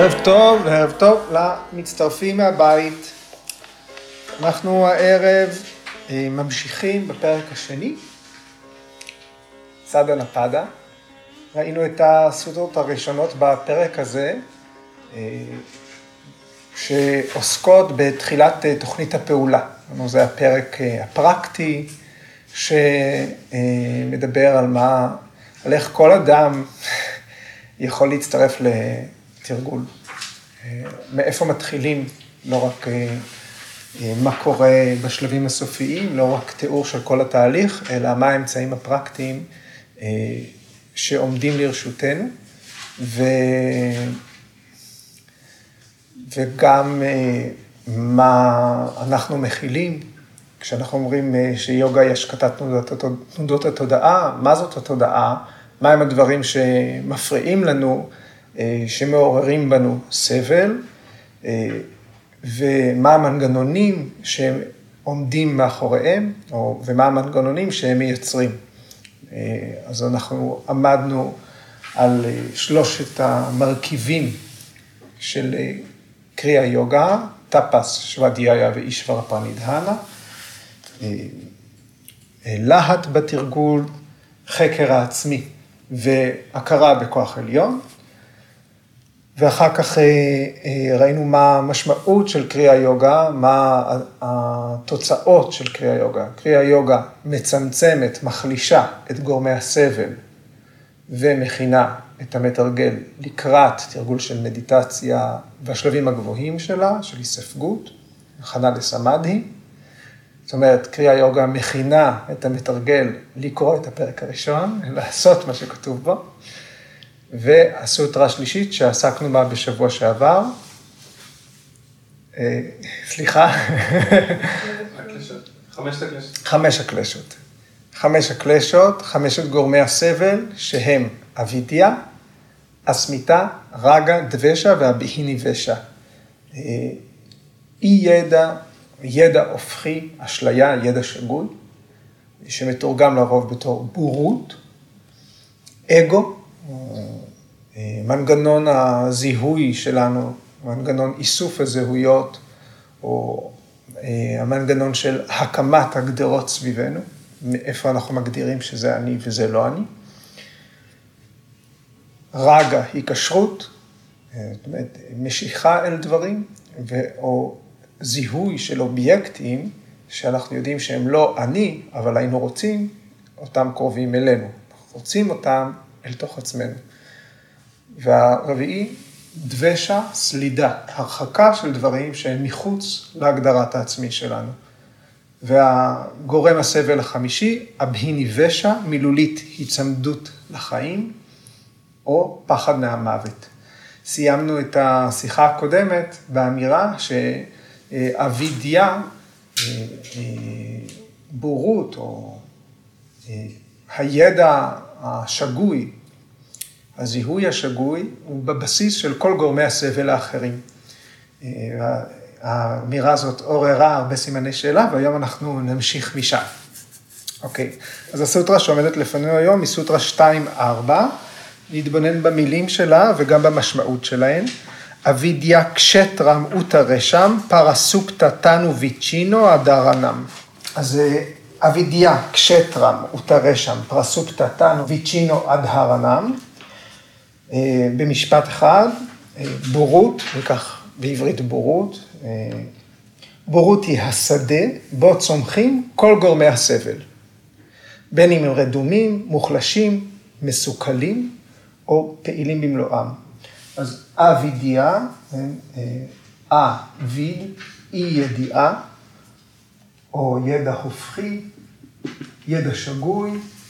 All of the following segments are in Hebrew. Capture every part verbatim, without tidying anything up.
ערב טוב, ערב טוב למצטרפים מהבית. אנחנו הערב ממשיכים בפרק השני, סדנה פדה. ראינו את הסודות הראשונות בפרק הזה, שעוסקות בתחילת תוכנית הפעולה. זה הפרק הפרקטי, שמדבר על מה, על איך כל אדם יכול להצטרף לתרגול. מאיפה מתחילים, לא רק מה קורה בשלבים הסופיים, לא רק תיאור של כל התהליך, אלא מה האמצעים הפרקטיים שעומדים לרשותנו, ו... וגם מה אנחנו מכילים, כשאנחנו אומרים שיוגה היא השקטת תנודות התודעה, מה זאת התודעה, מה הם הדברים שמפריעים לנו, שמעוררים בנו סבל, ומה המנגנונים שעומדים מאחוריהם, ומה המנגנונים שהם מייצרים. אז אנחנו עמדנו על שלושת המרכיבים של קריאה יוגה, טפס, שוואדייה ואישברה פרנידהנה, להט בתרגול, חקר העצמי והכרה בכוח עליון, ואחר כך ראינו מה המשמעות של קריאה יוגה, מה התוצאות של קריאה יוגה. קריאה יוגה מצמצמת, מחלישה את גורמי הסבל ומכינה את המתרגל לקראת תרגול של מדיטציה והשלבים הגבוהים שלה, של היספגות, הכנה לסמדהי. זאת אומרת, קריאה יוגה מכינה את המתרגל לקרוא את הפרק הראשון, לעשות מה שכתוב בו. והסוטרה השלישית שעסקנו בה בשבוע שעבר. סליחה. חמש הקלשות. חמש הקלשות. חמש הקלשות, חמשת גורמי הסבל, שהם אבידיה, אסמיתה, רגה, דבשה והביהיני ושע. אי ידע, ידע הופכי, אשליה, ידע שגוי, שמתורגם לרוב בתור בורות, אגו, מנגנון הזיהוי שלנו, מנגנון איסוף הזהויות, או המנגנון של הקמת הגדרות סביבנו, מאיפה אנחנו מגדירים שזה אני וזה לא אני. רגה היא קשרות, זאת אומרת, משיכה אל דברים, או זיהוי של אובייקטים, שאנחנו יודעים שהם לא אני, אבל היינו רוצים, אותם קרובים אלינו. אנחנו רוצים אותם אל תוך עצמנו. והרביעי, דבשה, סלידה, הרחקה של דברים שהם מחוץ להגדרת העצמי שלנו. והגורם הסבל החמישי, אבהיני ושע, מילולית הצמדות לחיים, או פחד מהמוות. סיימנו את השיחה הקודמת באמירה שאבידיה, בורות, או הידע השגוי, הזיהוי השגוי, הוא בבסיס של כל גורמי הסבל האחרים. האמירה הזאת עוררה הרבה סימני שאלה, והיום אנחנו נמשיך משם. אוקיי, אז הסוטרה שעומדת לפנינו היום היא סוטרה שתיים ארבע, נתבונן במילים שלה וגם במשמעות שלהן. אבידיה קשטרם אוטרשם, פרסוקטה תנו ויצ'ינו אדרנם. אז אבידיה קשטרם אוטרשם, פרסוקטה תנו ויצ'ינו אדרנם. במשפט אחד, בורות, וכך בעברית בורות, בורות היא השדה בו צומחים כל גורמי הסבל, בין אם הם רדומים, מוחלשים, מסוכלים או פעילים במלואם. אז אבידיה, אביד, אי ידיעה, או ידע הופכי, ידע שגוי,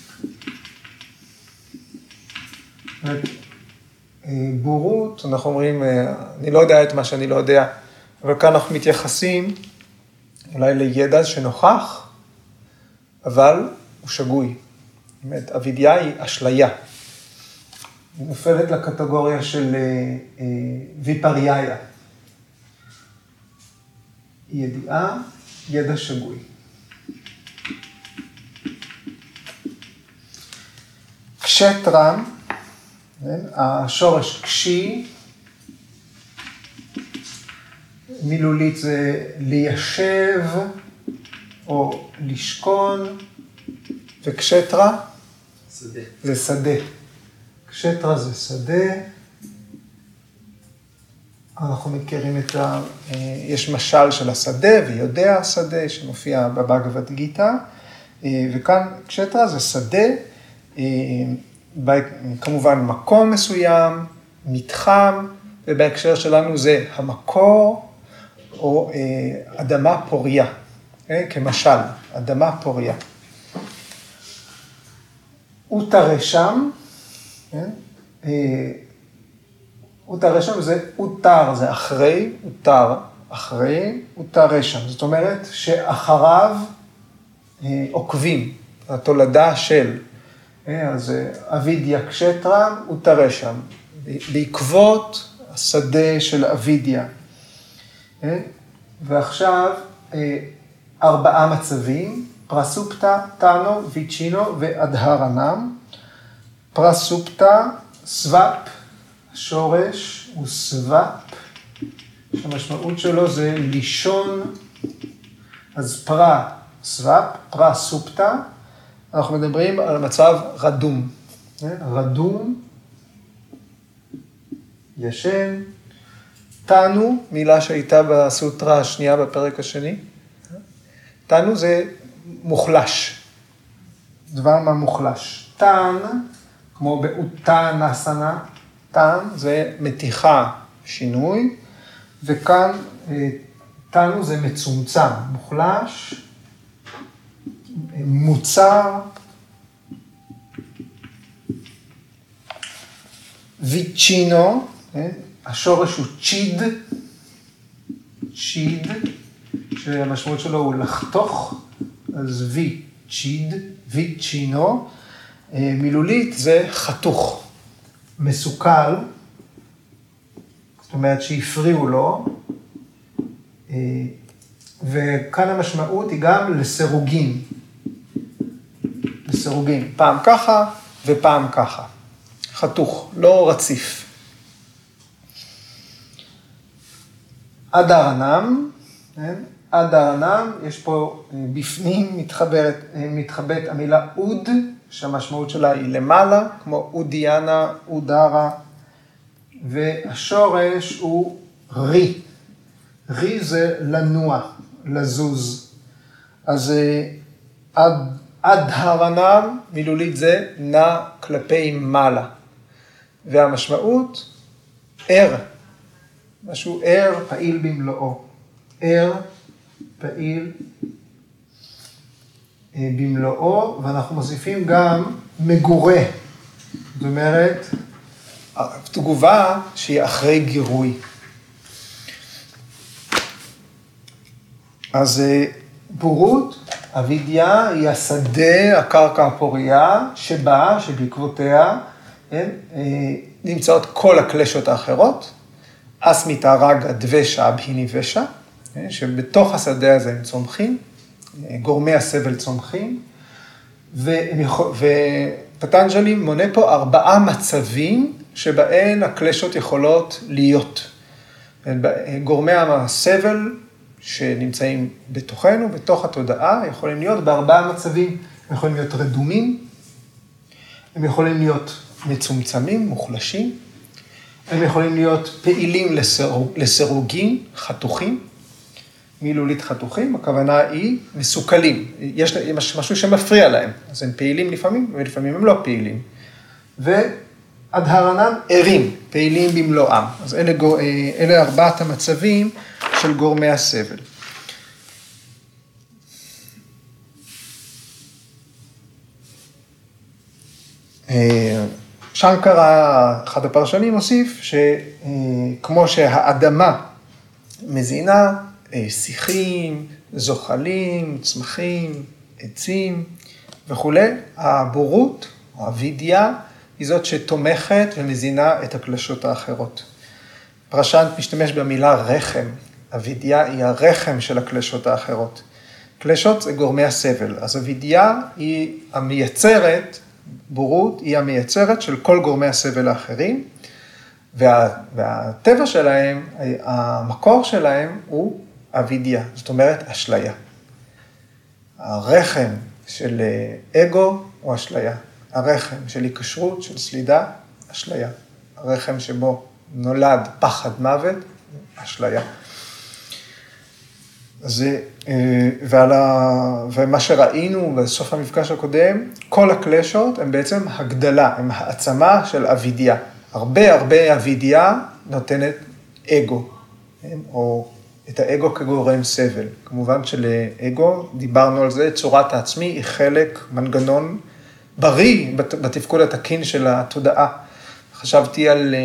בורות, אנחנו אומרים, אני לא יודע את מה שאני לא יודע, אבל כאן אנחנו מתייחסים אולי לידע שנוכח, אבל הוא שגוי. זאת אומרת, אבידיה היא אשליה. היא נופלת לקטגוריה של ויפרייה. ידיעה, ידע שגוי. קשטרם, השורש קשי, מילולית זה ליישב או לשכון, וקשטרה שדה. זה שדה. קשטרה זה שדה. אנחנו מכירים את ה... יש משל של השדה ויודע השדה שמופיע בבאגבד גיטה, וכאן קשטרה זה שדה, כמובן מקום מסוים, מתחם, ובהקשר שלנו זה המקור או אדמה פוריה, כמשל, אדמה פוריה. אותר שם, אותר שם זה אותר, זה אחרי, אותר, אחרי, אותר שם. זאת אומרת שאחריו עוקבים, התולדה של, אז אבידיה קשטרה, אותר שם, בעקבות השדה של אבידיה. ועכשיו ארבעה מצבים, פרסופטה, טאנו, ויצ'ינו ואדהרנם. פרסופטה, סוואפ, השורש הוא סוואפ, שהמשמעות שלו זה לישון, אז פרה, סוואפ, פרסופטה, אנחנו מדברים על מצב רדום. רדום, ישן, טאנו, מילה שהייתה בסוטרה השנייה בפרק השני, טאנו זה מוחלש, דבר מה מוחלש. טאן, כמו באותאנסנה, טאן זה מתיחה, שינוי, וכאן טאנו זה מצומצם, מוחלש, מוצר, ויצ'ינו, השורש הוא צ'יד, צ'יד, שהמשמעות שלו הוא לחתוך, אז ויצ'יד, ויצ'ינו, מילולית זה חתוך, מסוכל, זאת אומרת שהפריעו לו, וכאן המשמעות היא גם לסירוגין, לסירוגין, פעם ככה ופעם ככה, חתוך, לא רציף. אדהרנם, אדהרנם, יש פה בפנים מתחברת, מתחבאת המילה אוד, שהמשמעות שלה היא למעלה, כמו אודיאנה, אודרה, והשורש הוא רי. רי זה לנוע, לזוז. אז עד, אדהרנם, מילולית זה נע כלפי מעלה. והמשמעות, ער. משהו ער, פעיל במלואו. ער, פעיל במלואו, ואנחנו מוסיפים גם מגורה. זאת אומרת, תגובה שהיא אחרי גירוי. אז בורות, אבידיה, היא השדה, הקרקע הפוריה, שבה, שבעקבותיה, נמצאות כל הקלשות האחרות, אסמיתה, רגה, דבשה, אבהיני ושע, שבתוך השדה הזה הם צומחים, גורמי הסבל צומחים, ופטנג'לי מונה פה ארבעה מצבים שבהן הקלשות יכולות להיות. גורמי הסבל שנמצאים בתוכנו, בתוך התודעה, יכולים להיות בארבעה מצבים. הם יכולים להיות רדומים, הם יכולים להיות מצומצמים, מוחלשים, הם יכולים להיות פעילים לסירוג, לסירוגים, חתוכים, מילולית חתוכים, הכוונה היא מסוכלים, יש, יש משהו שמפריע להם, אז הם פעילים לפעמים, ולפעמים הם לא פעילים. ואדהרנם ערים, פעילים במלואם. אז אלה, אלה ארבעת המצבים של גורמי הסבל. שנקרה, אחד הפרשנים, הוסיף שכמו שהאדמה מזינה, שיחים, זוחלים, צמחים, עצים וכו', הבורות, האבידיה, היא זאת שתומכת ומזינה את הקלשות האחרות. פרשנט משתמש במילה רחם, אבידיה היא הרחם של הקלשות האחרות. קלשות זה גורמי הסבל, אז אבידיה היא המייצרת, בורות היא המייצרת של כל גורמי הסבל האחרים, וה, והטבע שלהם, המקור שלהם הוא אבידיה, זאת אומרת אשליה. הרחם של אגו הוא אשליה. הרחם של היקשרות, של סלידה, אשליה. הרחם שבו נולד פחד מוות, אשליה. זה, ועל ה... ומה שראינו בסוף המפגש הקודם, כל הקלשות הם בעצם הגדלה, הם העצמה של אבידיה. הרבה הרבה אבידיה נותנת אגו, או את האגו כגורם סבל. כמובן שלאגו, דיברנו על זה, צורת העצמי היא חלק, מנגנון בריא בתפקוד התקין של התודעה. חשבתי על...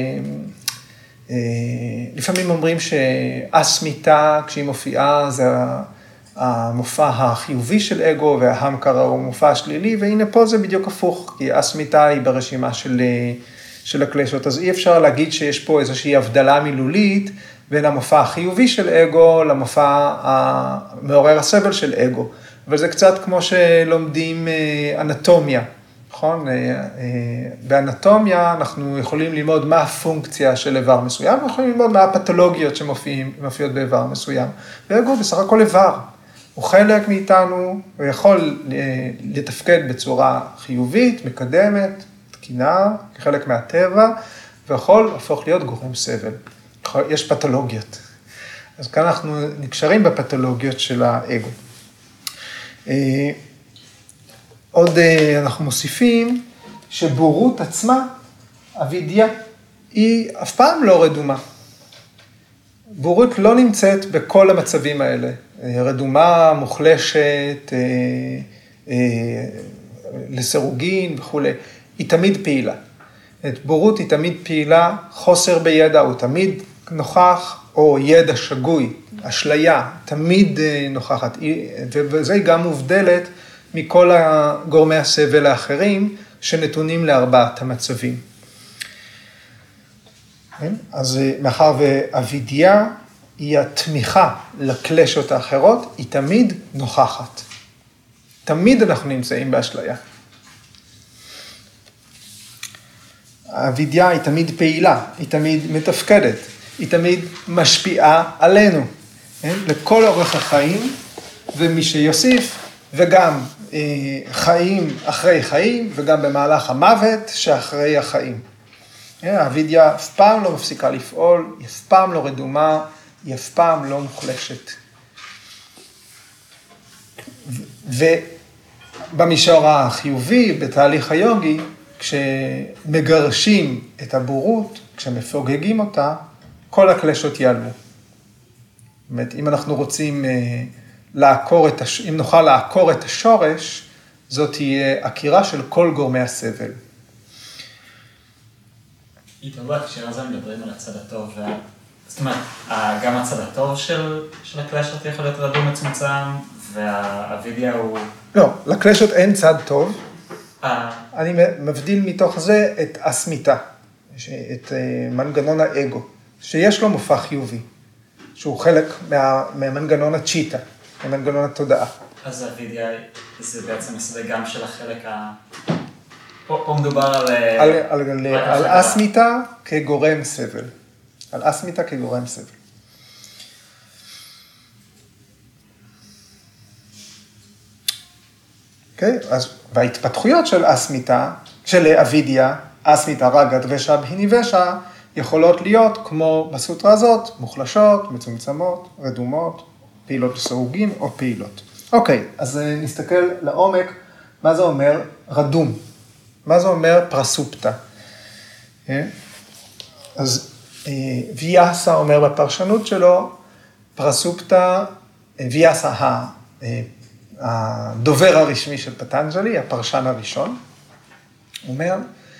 לפעמים אומרים שהסמיתה, כשהיא מופיעה, זה המופע החיובי של אגו, וההמקרה הוא מופע השלילי, והנה פה זה בדיוק הפוך, כי הסמיתה היא ברשימה של, של הקלשות, אז אי אפשר להגיד שיש פה איזושהי הבדלה מילולית, בין המופע החיובי של אגו, למופע המעורר הסבל של אגו, אבל זה קצת כמו שלומדים אנטומיה. נכון? באנטומיה אנחנו יכולים ללמוד מה הפונקציה של איבר מסוים, אנחנו יכולים ללמוד מה הפתולוגיות שמופיעות באיבר מסוים. ואגו בסך הכל איבר, הוא חלק מאיתנו, הוא יכול לתפקד בצורה חיובית, מקדמת, תקינה, כחלק מהטבע, ויכול להפוך להיות גורם סבל. יש פתולוגיות. אז כאן אנחנו נקשרים בפתולוגיות של האגו. עוד אנחנו מוסיפים שבורות עצמה, אבידיה, היא אף פעם לא רדומה. בורות לא נמצאת בכל המצבים האלה. רדומה, מוחלשת, לסירוגין וכו'. היא תמיד פעילה. בורות היא תמיד פעילה, חוסר בידע הוא תמיד נוכח, או ידע שגוי, אשליה, תמיד נוכחת. וזה גם מובדלת מכל הגורמי הסבל האחרים שנתונים לארבעת המצבים. אז מאחר ואבידיה היא התמיכה לקלשות האחרות, היא תמיד נוכחת. תמיד אנחנו נמצאים באשליה. האבידיה היא תמיד פעילה, היא תמיד מתפקדת, היא תמיד משפיעה עלינו, לכל אורך החיים, ומי שיוסיף, וגם חיים אחרי חיים, וגם במהלך המוות שאחרי החיים. האבידיה אף פעם לא מפסיקה לפעול, היא אף פעם לא רדומה, היא אף פעם לא מוחלשת. ובמישור החיובי, בתהליך היוגי, כשמגרשים את הבורות, כשמפוגגים אותה, כל הקלשות ייעלמו. זאת אומרת, אם אנחנו רוצים לעקור את, הש... אם נוכל לעקור את השורש, זאת תהיה עקירה של כל גורמי הסבל. איתו, בהקשר הזה מדברים על הצד הטוב, וה... זאת אומרת, גם הצד הטוב של, של הקלשות יכול להיות רדום מצומצם, והאבידיה הוא... לא, לקלשות אין צד טוב. אה. אני מבדיל מתוך זה את הסמיתה, את מנגנון האגו, שיש לו מופע חיובי, שהוא חלק מה, מהמנגנון הצ'יטה, ממנגנון התודעה. אז האבידיה זה בעצם מסווה גם של החלק ה... פה, פה מדובר על... על, על, על, על אסמיתה כגורם סבל. על אסמיתה כגורם סבל. אוקיי? אז, וההתפתחויות של אסמיתה, של אבידיה, אסמיתה, רגע, דבשה, בהיניבשה, יכולות להיות, כמו בסוטרה הזאת, מוחלשות, מצומצמות, רדומות, פעילות לסירוגין או פעילות. אוקיי, אז נסתכל לעומק, מה זה אומר רדום? מה זה אומר פרסופטה? אז ויאסה אומר בפרשנות שלו, פרסופטה, ויאסה הדובר הרשמי של פטנג'לי, הפרשן הראשון, אומר,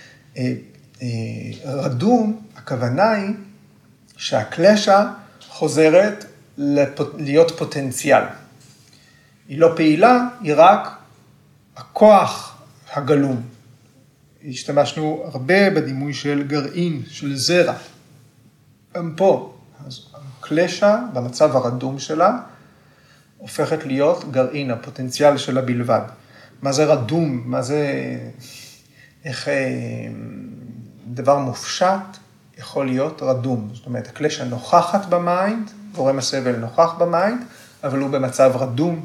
רדום, הכוונה היא שהקלשה חוזרת להיות פוטנציאל. היא לא פעילה, היא רק הכוח הגלום. השתמשנו הרבה בדימוי של גרעין, של זרע. גם פה, אז הקלשה, במצב הרדום שלה, הופכת להיות גרעין, הפוטנציאל שלה בלבד. מה זה רדום? מה זה... איך דבר מופשט? יכול להיות רדום. זאת אומרת, הקלאשה נוכחת במיינד, גורם הסבל נוכח במיינד, אבל הוא במצב רדום.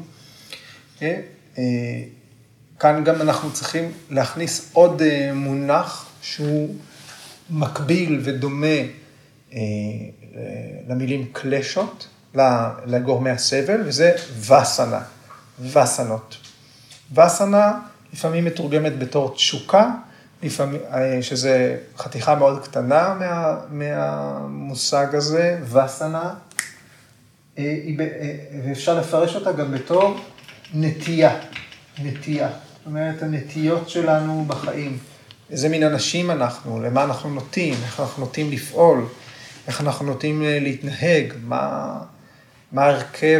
כאן גם אנחנו צריכים להכניס עוד מונח שהוא מקביל ודומה למילים קלשות, לגורמי הסבל, וזה וסנה, וסנות. וסנה לפעמים מתורגמת בתור תשוקה, לפעמים, שזה חתיכה מאוד קטנה מה, מהמושג הזה, וסנה, ואפשר לפרש אותה גם בתור נטייה, נטייה. זאת אומרת, הנטיות שלנו בחיים. איזה מין אנשים אנחנו, למה אנחנו נוטים, איך אנחנו נוטים לפעול, איך אנחנו נוטים להתנהג, מה, מה הרכב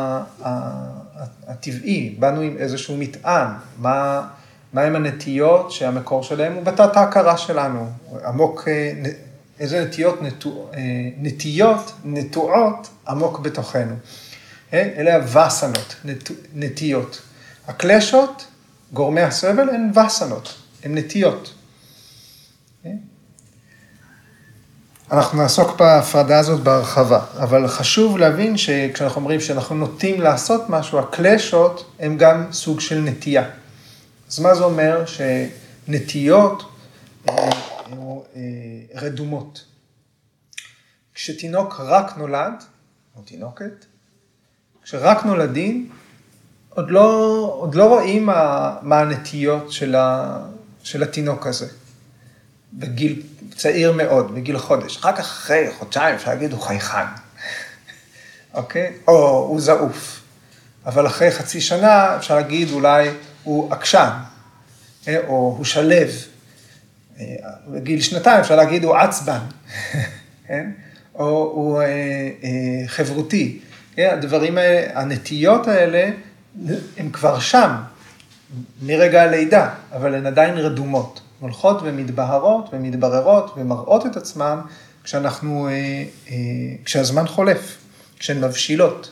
הטבעי, באנו עם איזשהו מטען, מה, מה הם הנטיות שהמקור שלהם הוא בתת ההכרה שלנו, עמוק, איזה נטיות, נטוע, נטיות, נטועות עמוק בתוכנו. אלה הווסנות, נט, נטיות. הקלשות, גורמי הסבל, הן וסנות, הן נטיות. אנחנו נעסוק בהפרדה הזאת בהרחבה, אבל חשוב להבין שכשאנחנו אומרים שאנחנו נוטים לעשות משהו, הקלשות הם גם סוג של נטייה. אז מה זה אומר? שנטיות הן רדומות. כשתינוק רק נולד, או תינוקת, כשרק נולדים, עוד לא, עוד לא רואים מה, מה הנטיות של, ה, של התינוק הזה. בגיל צעיר מאוד, בגיל חודש. רק אחרי חודשיים אפשר להגיד, הוא חייכן. אוקיי? או הוא זעוף. אבל אחרי חצי שנה אפשר להגיד, אולי הוא עקשן, או הוא שלב. בגיל שנתיים אפשר להגיד, הוא עצבן. או הוא חברותי. הדברים האלה, הנטיות האלה, הן כבר שם, מרגע הלידה, אבל הן עדיין רדומות. הולכות ומתבהרות ומתבררות ומראות את עצמם כשאנחנו, כשהזמן חולף, כשהן מבשילות.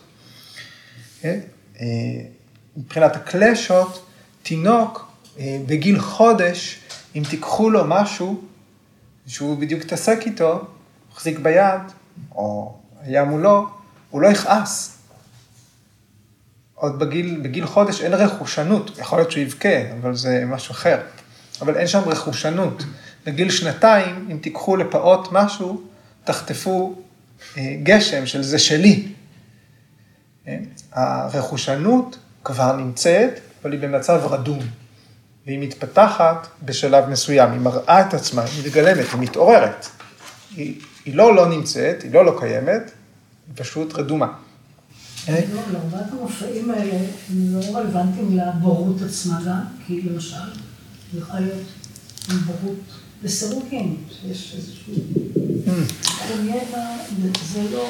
מבחינת הקלשות, תינוק בגיל חודש, אם תיקחו לו משהו שהוא בדיוק תעסק איתו, מחזיק ביד, או היה מולו, הוא לא יכעס. עוד בגיל, בגיל חודש אין רכושנות, יכול להיות שהוא יבכה, אבל זה משהו אחר. אבל אין שם רכושנות. בגיל שנתיים, אם תיקחו לפעות משהו, תחטפו גשם של זה שלי. הרכושנות כבר נמצאת, אבל היא במצב רדום. והיא מתפתחת בשלב מסוים, היא מראה את עצמה, היא מתגלמת, היא מתעוררת. היא, היא לא לא נמצאת, היא לא לא קיימת, היא פשוט רדומה. לעומת המופעים האלה, הם לא רלוונטיים לבורות עצמה גם, כי למשל, יכולה להיות בורות לסירוגין, שיש איזשהו ידע, זה לא...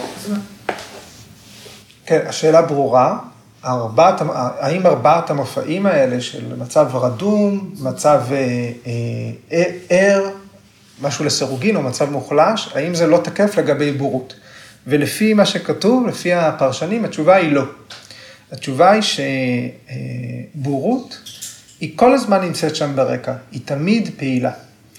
כן, השאלה ברורה, ארבעת, האם ארבעת המופעים האלה של מצב רדום, מצב ער, משהו לסירוגין או מצב מוחלש, האם זה לא תקף לגבי בורות? ולפי מה שכתוב, לפי הפרשנים, התשובה היא לא. התשובה היא שבורות היא כל הזמן נמצאת שם ברקע, היא תמיד פעילה.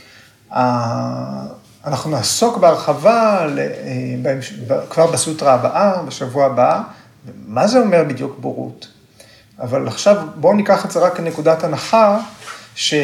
אנחנו נעסוק בהרחבה כבר בסוטרה הבאה, בשבוע הבא, מה זה אומר בדיוק בורות? אבל עכשיו בואו ניקח את זה רק כנקודת הנחה, ש...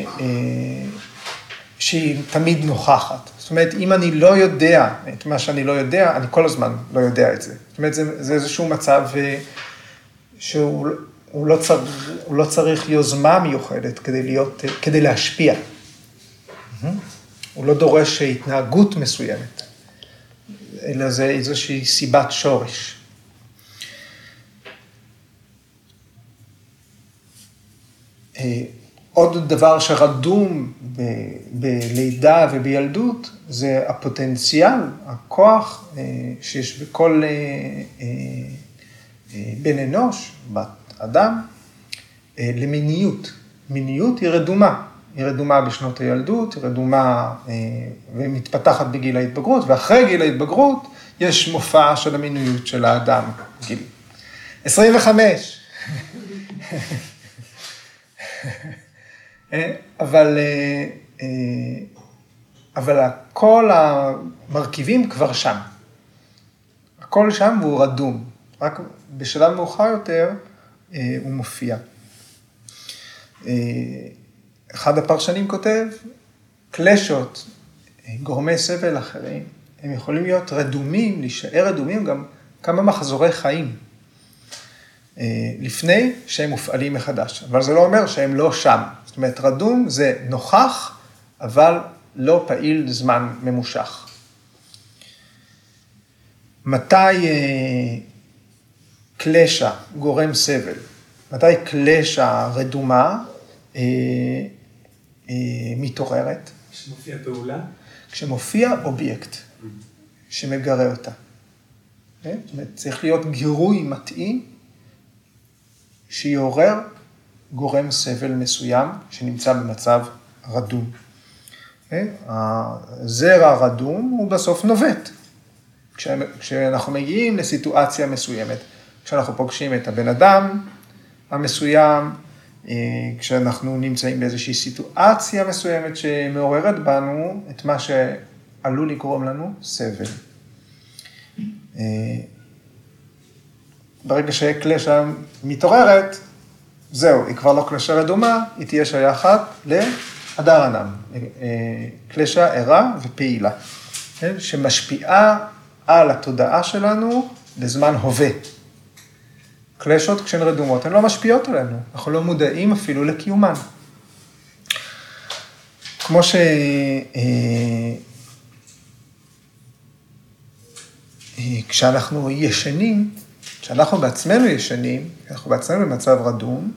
שהיא תמיד נוכחת. זאת אומרת, אם אני לא יודע את מה שאני לא יודע, אני כל הזמן לא יודע את זה. זאת אומרת, זה, זה איזשהו מצב שהוא הוא לא, צריך, הוא לא צריך יוזמה מיוחדת כדי, להיות, כדי להשפיע. הוא לא דורש התנהגות מסוימת, אלא זה איזושהי סיבת שורש. עוד דבר שרדום ב, בלידה ובילדות, זה הפוטנציאל, הכוח שיש בכל בן אנוש, בת אדם, למיניות. מיניות היא רדומה. היא רדומה בשנות הילדות, היא רדומה ומתפתחת בגיל ההתבגרות, ואחרי גיל ההתבגרות יש מופע של המיניות של האדם. גיל עשרים וחמש. אבל אבל כל המרכיבים כבר שם. הכל שם והוא רדום. רק בשלב מאוחר יותר הוא מופיע. אחד הפרשנים כותב, קלשות, גורמי סבל אחרים, הם יכולים להיות רדומים, להישאר רדומים גם כמה מחזורי חיים, לפני שהם מופעלים מחדש. אבל זה לא אומר שהם לא שם. זאת אומרת, רדום זה נוכח, אבל לא פעיל זמן ממושך. מתי קלשה גורם סבל? מתי קלשה רדומה אה, אה, מתעוררת? כשמופיע פעולה? כשמופיע אובייקט שמגרה אותה. זאת אומרת, צריך להיות גירוי מתאים שיעורר גורם סבל מסוים שנמצא במצב רדום. הזרע רדום הוא בסוף נובט. כשאנחנו מגיעים לסיטואציה מסוימת, כשאנחנו פוגשים את הבן אדם המסוים, כשאנחנו נמצאים באיזושהי סיטואציה מסוימת שמעוררת בנו את מה שעלול לגרום לנו סבל. ברגע שקלשה מתעוררת, זהו, היא כבר לא קלשה רדומה, היא תהיה שייכת להדר ענם, קלשה ערה ופעילה, שמשפיעה על התודעה שלנו בזמן הווה. קלשות כשהן רדומות, הן לא משפיעות עלינו, אנחנו לא מודעים אפילו לקיומן. כמו ש... כשאנחנו ישנים, כשאנחנו בעצמנו ישנים, אנחנו בעצמנו במצב רדום,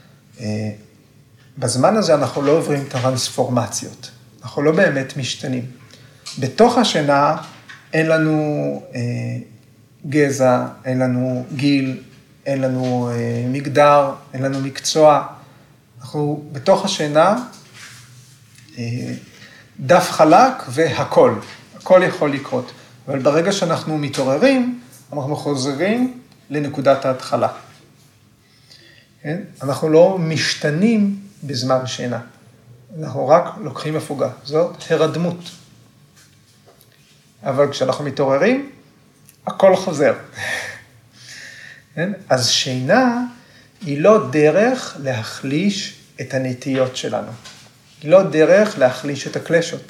בזמן הזה אנחנו לא עוברים טרנספורמציות, אנחנו לא באמת משתנים. בתוך השינה אין לנו גזע, אין לנו גיל, אין לנו מגדר, אין לנו מקצוע. אנחנו בתוך השינה דף חלק והכל, הכל יכול לקרות. אבל ברגע שאנחנו מתעוררים, אנחנו חוזרים לנקודת ההתחלה. כן? אנחנו לא משתנים בזמן שינה. אנחנו רק לוקחים הפוגה. זאת הרדמות. אבל כשאנחנו מתעוררים, הכל חוזר. כן? אז שינה היא לא דרך להחליש את הנטיות שלנו. היא לא דרך להחליש את הקלשות.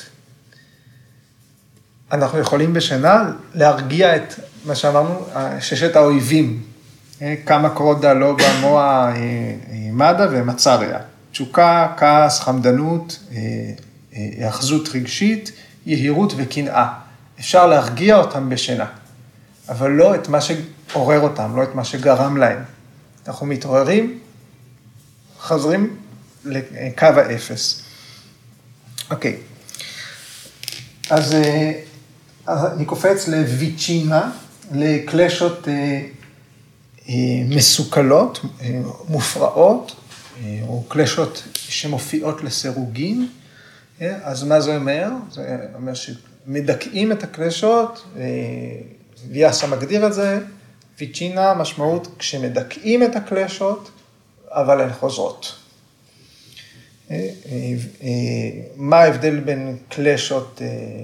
אנחנו יכולים בשינה להרגיע את מה שאמרנו, ששת האויבים. כמה קרודה, לא במוע, מדע ומצריה. תשוקה, כעס, חמדנות, אחזות רגשית, יהירות וקנאה. אפשר להרגיע אותם בשינה, אבל לא את מה שעורר אותם, לא את מה שגרם להם. אנחנו מתעוררים, חוזרים לקו האפס. אוקיי. אז אני קופץ לויצ'ינה, לקלשות מסוכלות, מופרעות, או קלשות שמופיעות לסירוגין. אז מה זה אומר? זה אומר שמדכאים את הקלשות, ויאסה מגדיר את זה, ויצ'ינה משמעות כשמדכאים את הקלשות, אבל הן חוזרות. מה ההבדל בין קלשות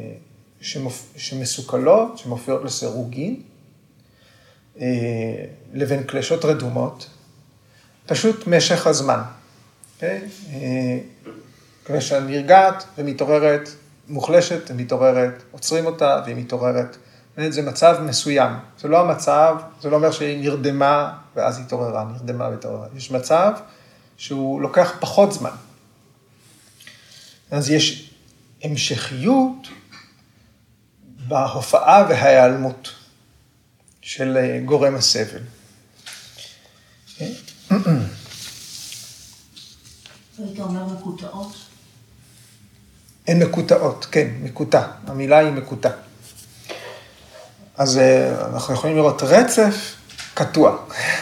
שמסוכלות, שמופיעות לסירוגין, לבין קלשות רדומות? פשוט משך הזמן. קלשה נרגעת ומתעוררת, מוחלשת ומתעוררת, עוצרים אותה והיא מתעוררת. זה מצב מסוים. זה לא המצב, זה לא אומר שהיא נרדמה ואז היא התעוררה, נרדמה והתעוררה. יש מצב שהוא לוקח פחות זמן. אז יש המשכיות בהופעה וההיעלמות של גורם הסבל. היית אומר מקוטעות? הן מקוטעות, כן, מקוטע. המילה היא מקוטע. אז אנחנו יכולים לראות רצף קטוע.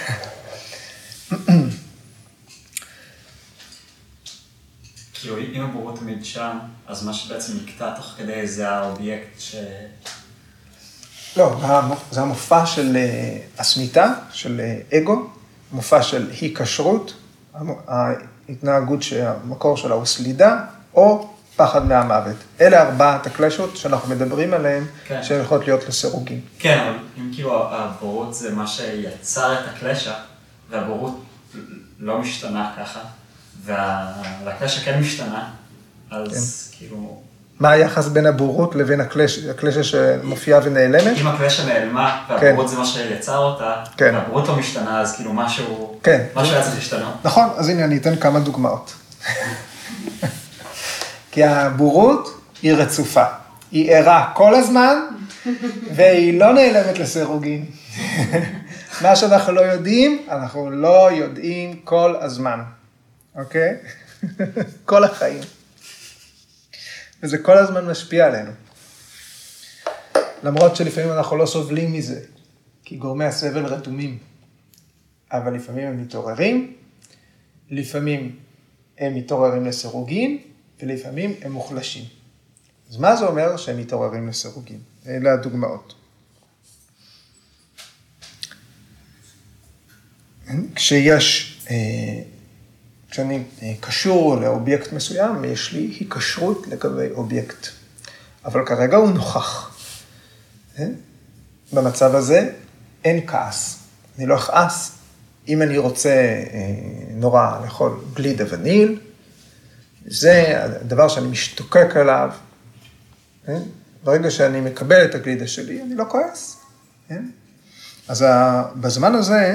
כאילו, אם הבורות תמיד שם, אז מה שבעצם נקטע תוך כדי זה האובייקט ש... לא, זה המופע של הסמיתה, של אגו, מופע של היקשרות, ההתנהגות שהמקור שלה הוא סלידה, או פחד מהמוות. אלה ארבעת הקלשות שאנחנו מדברים עליהן, כן. שהן יכולות להיות לסירוגין. כן, אבל אם כאילו הבורות זה מה שיצר את הקלשה, והבורות לא משתנה ככה, והקלשה כן משתנה, אז כן. כאילו... מה היחס בין הבורות לבין הקלשה, הקלשה שמופיעה ונעלמת? אם הקלשה נעלמה, והבורות כן. זה מה שיצר אותה, כן. והבורות לא משתנה, אז כאילו משהו, כן. משהו היה צריך להשתנות. נכון, אז הנה אני אתן כמה דוגמאות. כי הבורות היא רצופה, היא ערה כל הזמן, והיא לא נעלמת לסירוגין. מה שאנחנו לא יודעים, אנחנו לא יודעים כל הזמן, אוקיי? כל החיים. וזה כל הזמן משפיע עלינו. למרות שלפעמים אנחנו לא סובלים מזה, כי גורמי הסבל רתומים. אבל לפעמים הם מתעוררים, לפעמים הם מתעוררים לסירוגין, ולפעמים הם מוחלשים. אז מה זה אומר שהם מתעוררים לסירוגין? אלה הדוגמאות. כשיש, כשאני קשור לאובייקט מסוים, יש לי היקשרות לגבי אובייקט. אבל כרגע הוא נוכח. במצב הזה אין כעס. אני לא אכעס. אם אני רוצה נורא לאכול גלידה וניל, זה הדבר שאני משתוקק עליו. ברגע שאני מקבל את הגלידה שלי, אני לא כועס. אז בזמן הזה,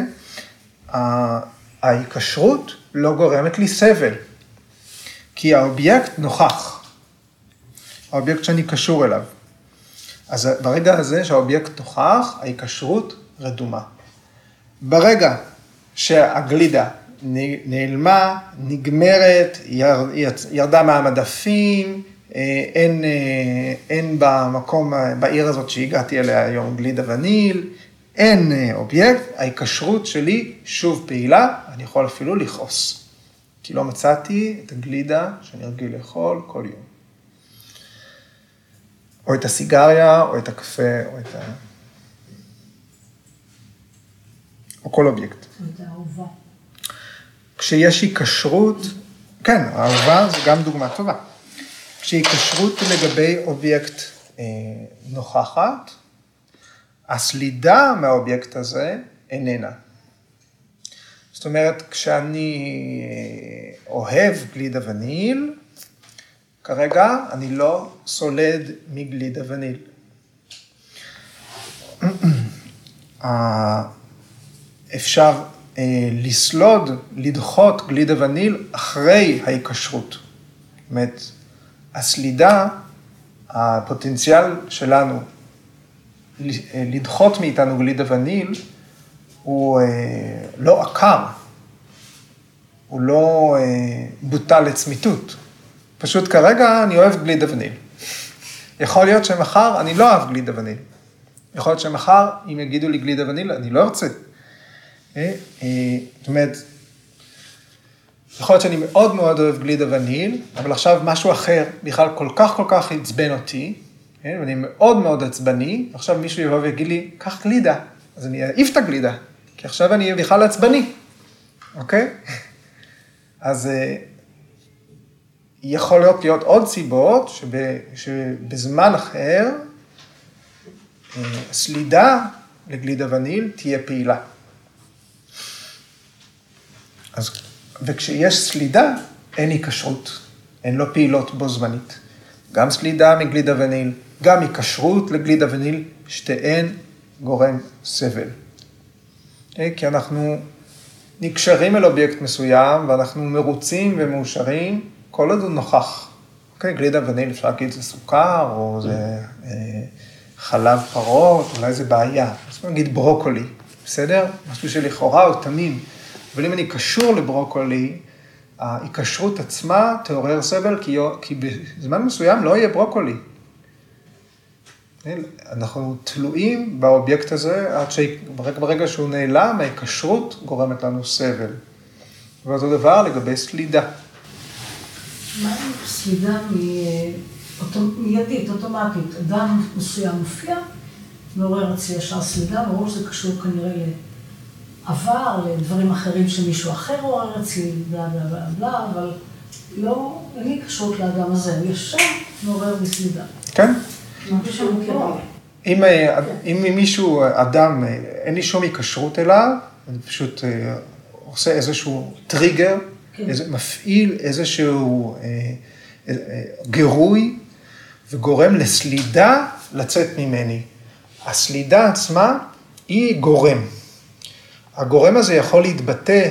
ההיקשרות לא גורמת לי סבל, כי האובייקט נוכח, האובייקט שאני קשור אליו. אז ברגע הזה שהאובייקט נוכח, ההיקשרות רדומה. ברגע שהגלידה נעלמה, נגמרת, ירדה מהמדפים, אין, אין במקום, בעיר הזאת שהגעתי אליה היום גלידה וניל, אין אובייקט, ההיקשרות שלי שוב פעילה, אני יכול אפילו לכעוס. כי לא מצאתי את הגלידה שאני רגיל לאכול כל יום. או את הסיגריה, או את הקפה, או את ה... או כל אובייקט. או את האהובה. כשיש היקשרות, כן, האהובה זה גם דוגמה טובה. כשהיקשרות לגבי אובייקט אה, נוכחת, הסלידה מהאובייקט הזה איננה. זאת אומרת, כשאני אוהב גלידה וניל, כרגע אני לא סולד מגלידה וניל. אפשר לסלוד, לדחות גלידה וניל אחרי ההיקשרות. זאת אומרת, הסלידה, הפוטנציאל שלנו, לדחות מאיתנו גלידה וניל, הוא לא עקר, הוא לא בוטל לצמיתות. פשוט כרגע אני אוהב גלידה וניל. יכול להיות שמחר אני לא אוהב גלידה וניל. יכול להיות שמחר, אם יגידו לי גלידה וניל, אני לא ארצה. זאת אומרת, יכול להיות שאני מאוד מאוד אוהב גלידה וניל, אבל עכשיו משהו אחר, בכלל כל כך כל כך עצבן אותי, ואני מאוד מאוד עצבני, עכשיו מישהו יבוא ויגיד לי, קח גלידה, אז אני אעיף את הגלידה, כי עכשיו אני בכלל עצבני, אוקיי? אז יכול להיות להיות עוד סיבות, שבזמן אחר, סלידה לגלידה וניל תהיה פעילה. אז, וכשיש סלידה, אין היקשרות, אין לו פעילות בו זמנית. גם סלידה מגלידה וניל, גם היקשרות לגלידה וניל, שתיהן גורם סבל. כי אנחנו נקשרים אל אובייקט מסוים, ואנחנו מרוצים ומאושרים, כל עוד הוא נוכח. גלידה וניל אפשר להגיד זה סוכר, או זה חלב פרות, אולי זה בעיה. אז נגיד ברוקולי, בסדר? משהו שלכאורה הוא תמים. אבל אם אני קשור לברוקולי, ההיקשרות עצמה תעורר סבל, כי, כי בזמן מסוים לא יהיה ברוקולי. אנחנו תלויים באובייקט הזה, עד שברגע שהוא נעלם, ההיקשרות גורמת לנו סבל. ואותו דבר לגבי סלידה. מה עם סלידה מיידית, אוטומטית? אדם מסוים מופיע, מעורר אצלי ישר סלידה, ברור שזה קשור כנראה לעבר, לדברים אחרים שמישהו אחר עורר אצלי, בלה בלה בלה בלה, אבל לא, אין לי קשרות לאדם הזה, הוא ישר מעורר בסלידה. כן? משהו שאני מכירה. אם, אם מישהו, אדם, אין לי שום היקשרות אליו, אני פשוט עושה איזשהו טריגר, כן. איזה, מפעיל איזשהו אה, אה, גירוי, וגורם לסלידה לצאת ממני. הסלידה עצמה היא גורם. הגורם הזה יכול להתבטא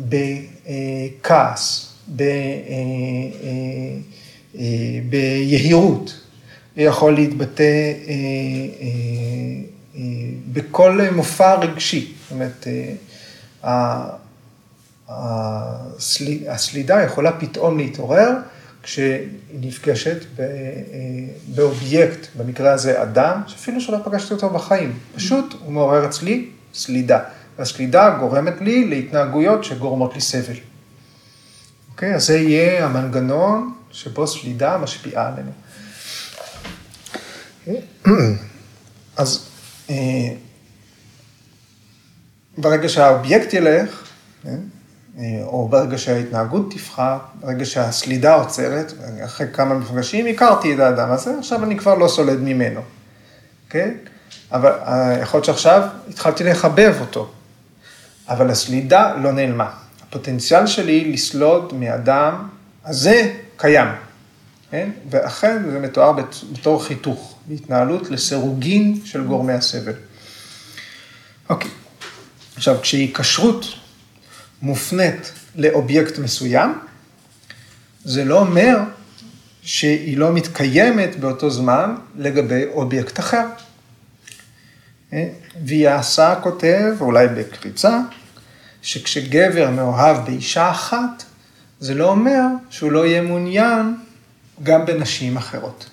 בכעס, ב, אה, אה, אה, ביהירות, יכול להתבטא אה, אה, אה, בכל מופע רגשי. זאת אומרת, אה, הסלידה יכולה פתאום להתעורר כשהיא נפגשת באובייקט, במקרה הזה אדם, שאפילו שלא פגשתי אותו בחיים. פשוט הוא מעורר אצלי סלידה. והסלידה גורמת לי להתנהגויות שגורמות לי סבל. אוקיי? אז זה יהיה המנגנון שבו סלידה משפיעה עלינו. אז ברגע שהאובייקט ילך, או ברגע שההתנהגות תפחת, ברגע שהסלידה עוצרת, אחרי כמה מפגשים הכרתי את האדם הזה, עכשיו אני כבר לא סולד ממנו. כן? אבל יכול להיות שעכשיו התחלתי לחבב אותו, אבל הסלידה לא נעלמה. הפוטנציאל שלי לסלוד מאדם הזה קיים. כן? ואכן זה מתואר בתור חיתוך, בהתנהלות לסירוגין של גורמי הסבל. אוקיי. עכשיו, כשהיקשרות מופנית לאובייקט מסוים, זה לא אומר שהיא לא מתקיימת באותו זמן לגבי אובייקט אחר. ויעשה כותב, אולי בקריצה, שכשגבר מאוהב באישה אחת, זה לא אומר שהוא לא יהיה מעוניין גם בנשים אחרות.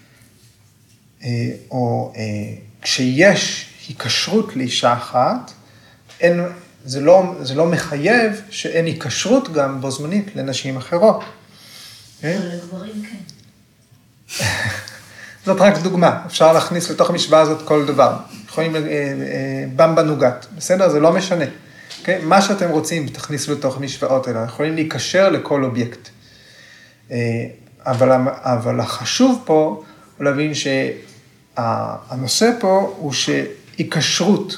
או כשיש היקשרות לאישה אחת, אין, זה לא, זה לא מחייב שאין היקשרות גם בו זמנית לנשים אחרות. לגברים כן. זאת רק דוגמה, אפשר להכניס לתוך המשוואה הזאת כל דבר. יכולים במבה נוגת, בסדר? זה לא משנה. Okay? מה שאתם רוצים, תכניסו לתוך המשוואות האלה, יכולים להיקשר לכל אובייקט. אבל, אבל החשוב פה הוא להבין שהנושא פה הוא שהיקשרות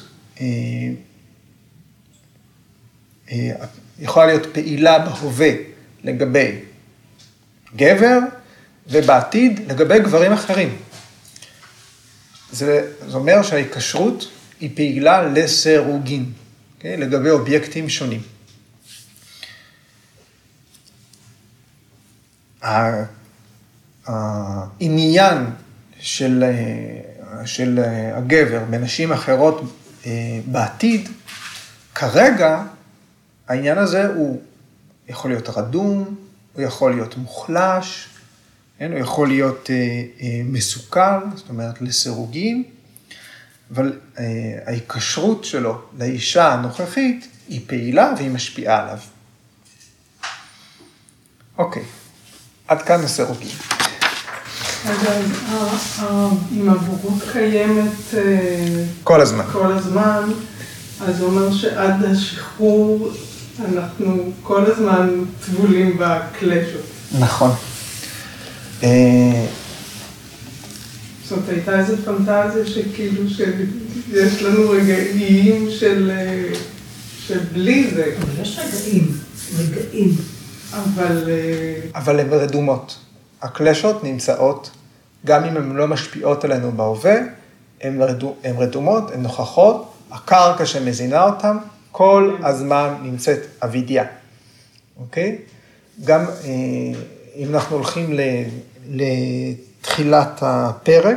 יכולה להיות פעילה בהווה לגבי גבר, ובעתיד לגבי גברים אחרים. זה, זה אומר שההיקשרות היא פעילה לסירוגין, okay? לגבי אובייקטים שונים. העניין של, של הגבר בנשים אחרות בעתיד, כרגע העניין הזה הוא יכול להיות רדום, הוא יכול להיות מוחלש, הוא יכול להיות מסוכן, זאת אומרת לסירוגין, אבל ההיקשרות שלו לאישה הנוכחית היא פעילה והיא משפיעה עליו. אוקיי, עד כאן הסירוגין. אז אם הבורות קיימת כל הזמן, כל הזמן, אז זה אומר שעד השחרור אנחנו כל הזמן טבולים בקלשות. נכון. זאת אומרת, הייתה איזו פנטזיה שכאילו שיש לנו רגעים של, של בלי זה. אבל יש רגעים, רגעים. אבל... אבל הן רדומות. הקלשות נמצאות, גם אם הן לא משפיעות עלינו בהווה, הן רדומות, הן נוכחות, הקרקע שמזינה אותן, כל הזמן נמצאת אבידיה. אוקיי? גם אם אנחנו הולכים לתחילת הפרק,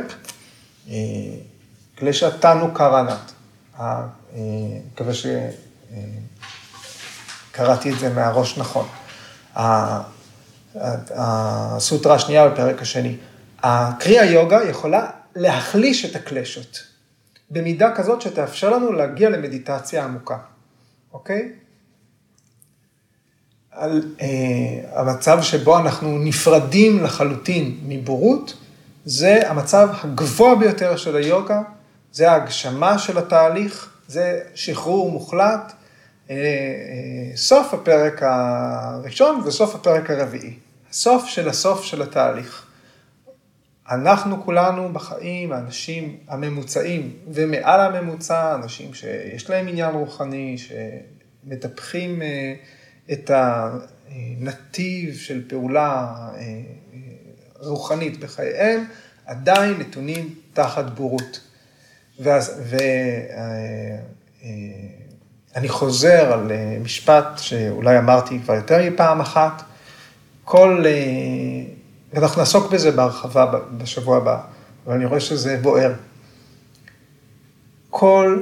קלשת תנו קרנת. אני מקווה שקראתי את זה מהראש נכון. הסוטרה השנייה בפרק השני. הקריאה יוגה יכולה להחליש את הקלשות, במידה כזאת שתאפשר לנו להגיע למדיטציה עמוקה. אוקיי? על אה, המצב שבו אנחנו נפרדים לחלוטין מבורות, זה המצב הגבוה ביותר של היוגה, זה ההגשמה של התהליך, זה שחרור מוחלט, אה, אה, סוף הפרק הראשון וסוף הפרק הרביעי. הסוף של הסוף של התהליך. אנחנו כולנו בחיים, האנשים הממוצעים ומעל הממוצע, אנשים שיש להם עניין רוחני, שמטפחים את הנתיב של פעולה רוחנית בחייהם, עדיין נתונים תחת בורות. ואני חוזר על משפט שאולי אמרתי כבר יותר מפעם אחת, כל, אנחנו נעסוק בזה בהרחבה בשבוע הבא, אבל אני רואה שזה בוער. כל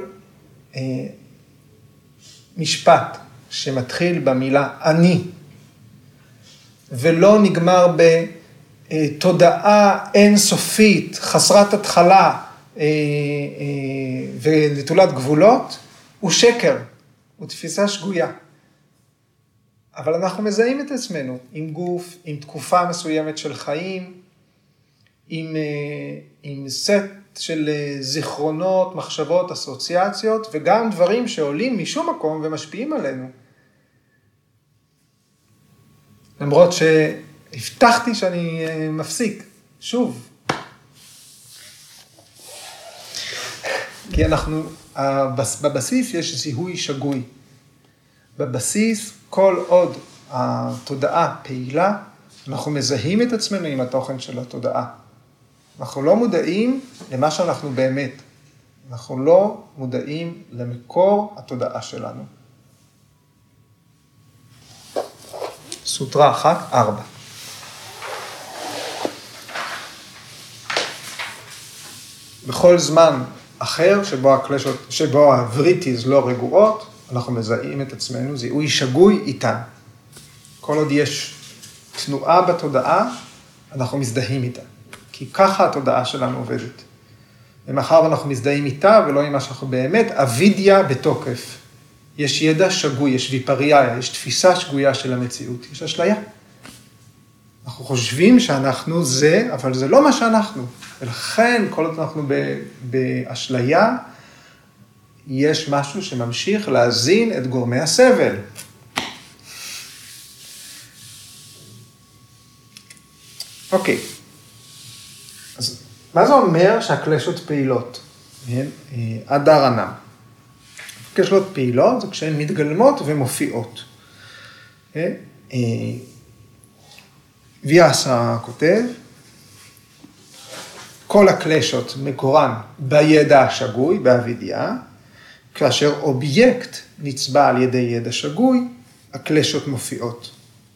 משפט שמתחיל במילה אני, ולא נגמר בתודעה אינסופית, חסרת התחלה ונטולת גבולות, הוא שקר, הוא תפיסה שגויה. אבל אנחנו מזהים את עצמנו עם גוף, עם תקופה מסוימת של חיים, עם, עם סט של זיכרונות, מחשבות, אסוציאציות, וגם דברים שעולים משום מקום ומשפיעים עלינו. למרות שהבטחתי שאני מפסיק, שוב. כי אנחנו, בבסיס יש זיהוי שגוי. בבסיס, כל עוד התודעה פעילה, אנחנו מזהים את עצמנו עם התוכן של התודעה. אנחנו לא מודעים למה שאנחנו באמת. אנחנו לא מודעים למקור התודעה שלנו. סוטרה אחת, ארבע. בכל זמן אחר שבו הקלשות, שבו הווריטיז לא רגועות, אנחנו מזהים את עצמנו, זיהוי שגוי איתן. כל עוד יש תנועה בתודעה, אנחנו מזדהים איתה. כי ככה התודעה שלנו עובדת. ומאחר ואנחנו מזדהים איתה, ולא עם מה שאנחנו באמת, אבידיה בתוקף. יש ידע שגוי, יש ויפריה, יש תפיסה שגויה של המציאות, יש אשליה. אנחנו חושבים שאנחנו זה, אבל זה לא מה שאנחנו. ולכן, כל עוד אנחנו באשליה, יש משהו שממשיך להזין את גורמי הסבל. אוקיי. אז מה זה אומר שהקלשות פעילות? אדר ענם. קלשות פעילות זה כשהן מתגלמות ומופיעות. ויאסה כותב, כל הקלשות מקורן בידע השגוי, באבידיה, כאשר אובייקט נצבע על ידי ידע שגוי, הקלשות מופיעות.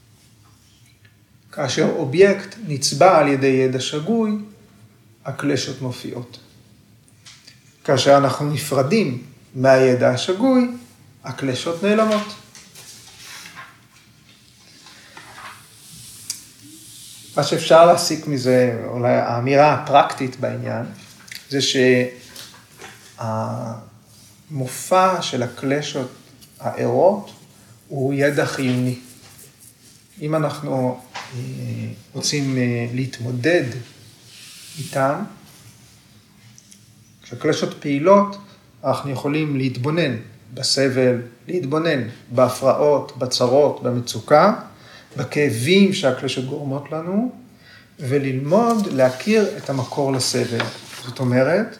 כאשר אובייקט נצבע על ידי ידע שגוי, הקלשות מופיעות. כאשר אנחנו נפרדים מהידע השגוי, הקלשות נעלמות. מה שאפשר להסיק מזה, אולי האמירה הפרקטית בעניין, זה שהמופע של הקלשות הערות הוא ידע חיוני. אם אנחנו רוצים להתמודד איתם, כשהקלשות פעילות, אנחנו יכולים להתבונן בסבל, להתבונן בהפרעות, בצרות, במצוקה, בכאבים שהקלשות גורמות לנו, וללמוד להכיר את המקור לסבל. זאת אומרת,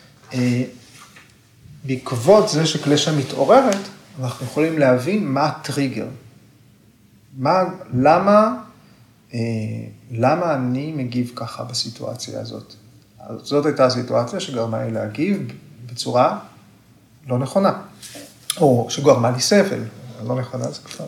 בעקבות זה שקלשה מתעוררת, אנחנו יכולים להבין מה הטריגר. מה, למה, למה אני מגיב ככה בסיטואציה הזאת? זאת הייתה הסיטואציה שגרמה לי להגיב בצורה לא נכונה, או שגרמה לי סבל, לא נכונה, זה כבר...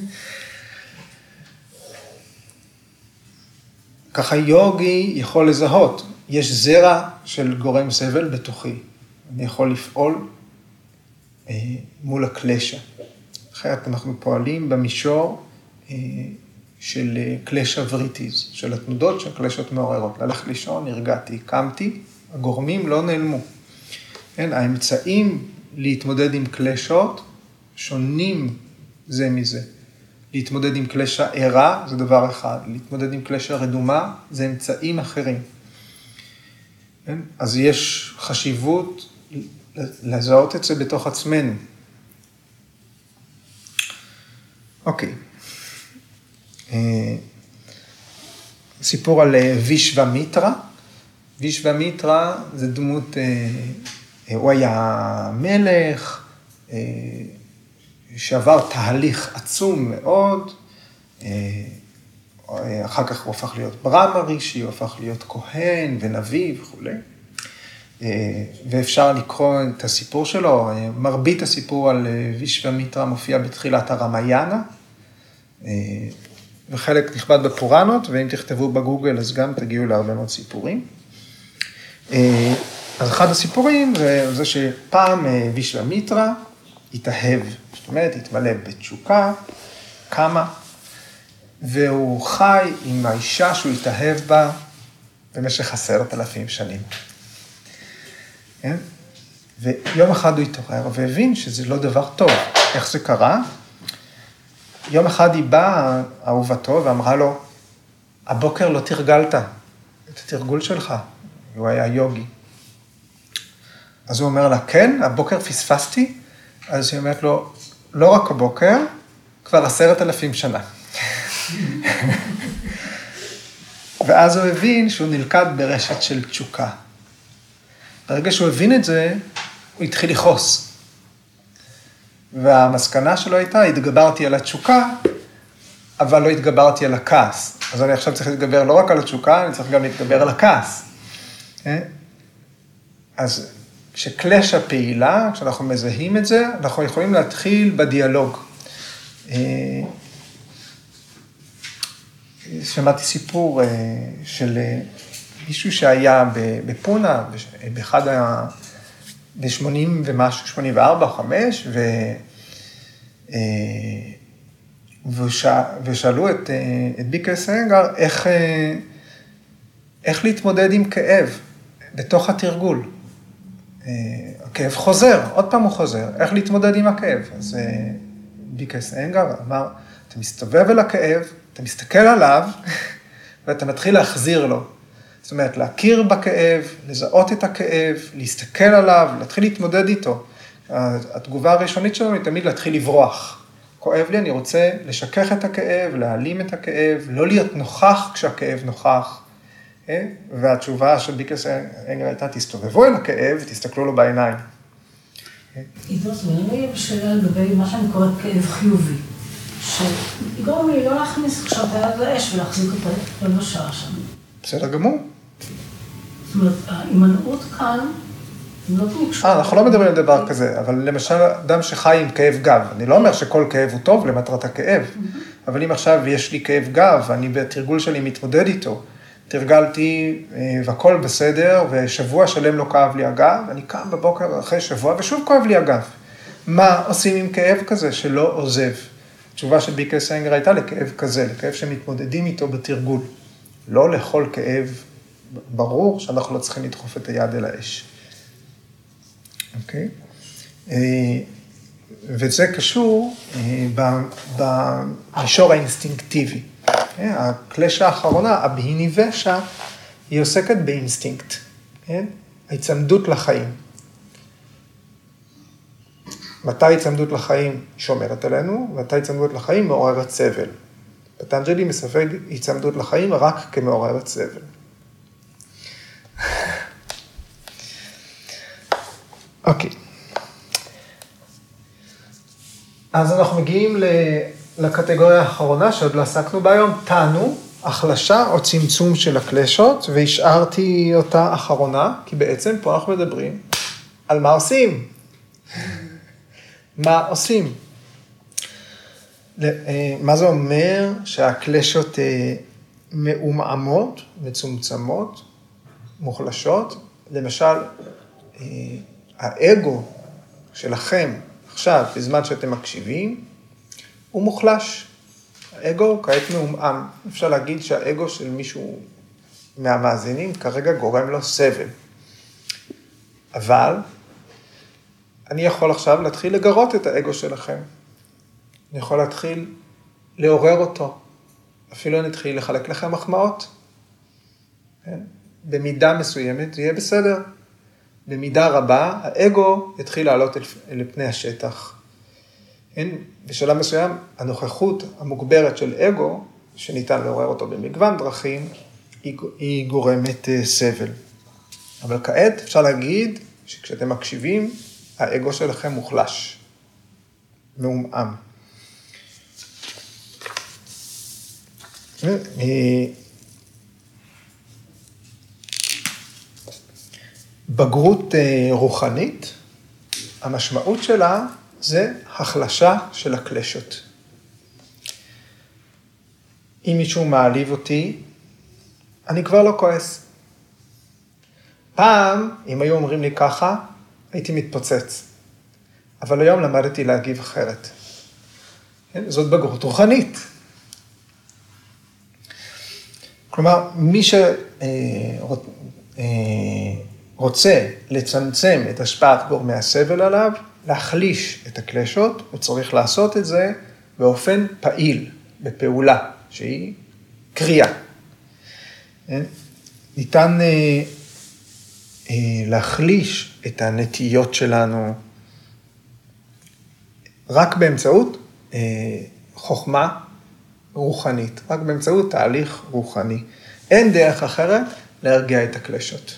ככה יוגי יכול לזהות, יש זרע של גורם סבל בתוכי, אני יכול לפעול אה, מול הקלשה. אחרת אנחנו פועלים במישור אה, של קלשה וריטיז, של התנודות שהקלשות מעוררות. ללכת לישון, הרגעתי, קמתי, הגורמים לא נעלמו. כן, האמצעים להתמודד עם קלשות שונים זה מזה. להתמודד עם קלשה ערה זה דבר אחד, להתמודד עם קלשה רדומה זה אמצעים אחרים. כן? אז יש חשיבות לזהות את זה בתוך עצמנו. אוקיי. סיפור על וישוומיטרה. וישוומיטרה זה דמות, הוא היה מלך, שעבר תהליך עצום מאוד, אחר כך הוא הפך להיות ברמה רישי, הוא הפך להיות כהן ונביא וכו'. ואפשר לקרוא את הסיפור שלו, מרבית הסיפור על וישוומיטרה מופיע בתחילת הרמיינה, וחלק נכבד בפוראנות, ואם תכתבו בגוגל אז גם תגיעו להרבה מאוד סיפורים. אז אחד הסיפורים זה, זה שפעם וישוומיטרה התאהב, זאת אומרת, התמלא בתשוקה, קמה, והוא חי עם האישה שהוא התאהב בה במשך עשרת אלפים שנים. כן? ויום אחד הוא התעורר והבין שזה לא דבר טוב. איך זה קרה? יום אחד היא באה, אהובתו, ואמרה לו, הבוקר לא תרגלת את התרגול שלך. הוא היה יוגי. אז הוא אומר לה, כן, הבוקר פספסתי. אז היא אומרת לו, לא רק הבוקר, כבר עשרת אלפים שנה. ואז הוא הבין שהוא נלכד ברשת של תשוקה. ברגע שהוא הבין את זה, הוא התחיל לכעוס. והמסקנה שלו הייתה, התגברתי על התשוקה, אבל לא התגברתי על הכעס. אז אני עכשיו צריך להתגבר לא רק על התשוקה, אני צריך גם להתגבר על הכעס. אז כשקלשה פעילה, כשאנחנו מזהים את זה, אנחנו יכולים להתחיל בדיאלוג. שמעתי סיפור של מישהו שהיה בפונה, באחד ה... ב-שמונים ומשהו, שמונים וארבע או חמש, ו... ושאלו את, את ביקרס אנגר איך, איך להתמודד עם כאב בתוך התרגול. הכאב חוזר, עוד פעם הוא חוזר, איך להתמודד עם הכאב. אז ביקרס אנגר אמר, אתה מסתובב אל הכאב, אתה מסתכל עליו, ואתה מתחיל להחזיר לו. זאת אומרת, להכיר בכאב, לזהות את הכאב, להסתכל עליו, להתחיל להתמודד איתו. התגובה הראשונית שלנו היא תמיד להתחיל לברוח. כואב לי, אני רוצה לשכך את הכאב, להעלים את הכאב, לא להיות נוכח כשהכאב נוכח. והתשובה של ביקרס אנגר הייתה, תסתובבו אל הכאב ותסתכלו לו בעיניים. עידות, ואני בשאלה לגבי מה שאני קוראת כאב חיובי, שיגרום לי לא להכניס עכשיו את היד לאש ולהחזיק אותה רבע שעה שם. בסדר גמור. זאת אומרת, ההימנעות כאן, לא תקשור. אה, אנחנו לא מדברים על דבר כזה, אבל למשל, אדם שחי עם כאב גב, אני לא אומר שכל כאב הוא טוב למטרת הכאב, אבל אם עכשיו יש לי כאב גב, ואני בתרגול שלי מתמודד איתו, תרגלתי והכל בסדר, ושבוע שלם לא כאב לי הגב, אני קם בבוקר אחרי שבוע, ושוב כואב לי הגב. מה עושים עם כאב כזה שלא עוזב? התשובה של ביקרס אנגר הייתה לכאב כזה, לכאב שמתמודדים איתו בתרגול. לא לכל כאב, ברור שאנחנו לא צריכים לדחוף את היד אל האש. אוקיי? וזה קשור במישור האינסטינקטיבי. הקלשה האחרונה, הבהיניבשה, היא עוסקת באינסטינקט. ההצמדות לחיים. מתי הצמדות לחיים שומרת עלינו, ומתי הצמדות לחיים מעוררת סבל. פטנג'לי מסווג הצמדות לחיים רק כמעוררת סבל. אוקיי. אז אנחנו מגיעים לקטגוריה האחרונה שעוד לא עסקנו בה היום, תענו, החלשה או צמצום של הקלשות, והשארתי אותה אחרונה, כי בעצם פה אנחנו מדברים על מה עושים. מה עושים? מה זה אומר שהקלשות מעומעמות, מצומצמות, מוחלשות? למשל, האגו שלכם עכשיו, בזמן שאתם מקשיבים, הוא מוחלש. האגו כעת מעומעם. אפשר להגיד שהאגו של מישהו מהמאזינים כרגע גורם לו סבל. אבל אני יכול עכשיו להתחיל לגרות את האגו שלכם. אני יכול להתחיל לעורר אותו. אפילו אני אתחיל לחלק לכם מחמאות. כן? במידה מסוימת זה יהיה בסדר. במידה רבה, האגו יתחיל לעלות אל פני השטח. כן? בשלב מסוים, הנוכחות המוגברת של אגו, שניתן לעורר אותו במגוון דרכים, היא, היא גורמת סבל. אבל כעת אפשר להגיד שכשאתם מקשיבים, האגו שלכם מוחלש, מעומעם. בגרות רוחנית, המשמעות שלה זה החלשה של הקלשות. אם מישהו מעליב אותי, אני כבר לא כועס. פעם, אם היו אומרים לי ככה, הייתי מתפוצץ. אבל היום למדתי להגיב אחרת. זאת בגרות רוחנית. כלומר, מי שרוצה לצמצם את השפעת גורמי הסבל עליו, להחליש את הקלשות, הוא צריך לעשות את זה באופן פעיל, בפעולה, שהיא קריאה. ניתן להחליש את הנטיות שלנו רק באמצעות חוכמה רוחנית, רק באמצעות תהליך רוחני. אין דרך אחרת להרגיע את הקלשות.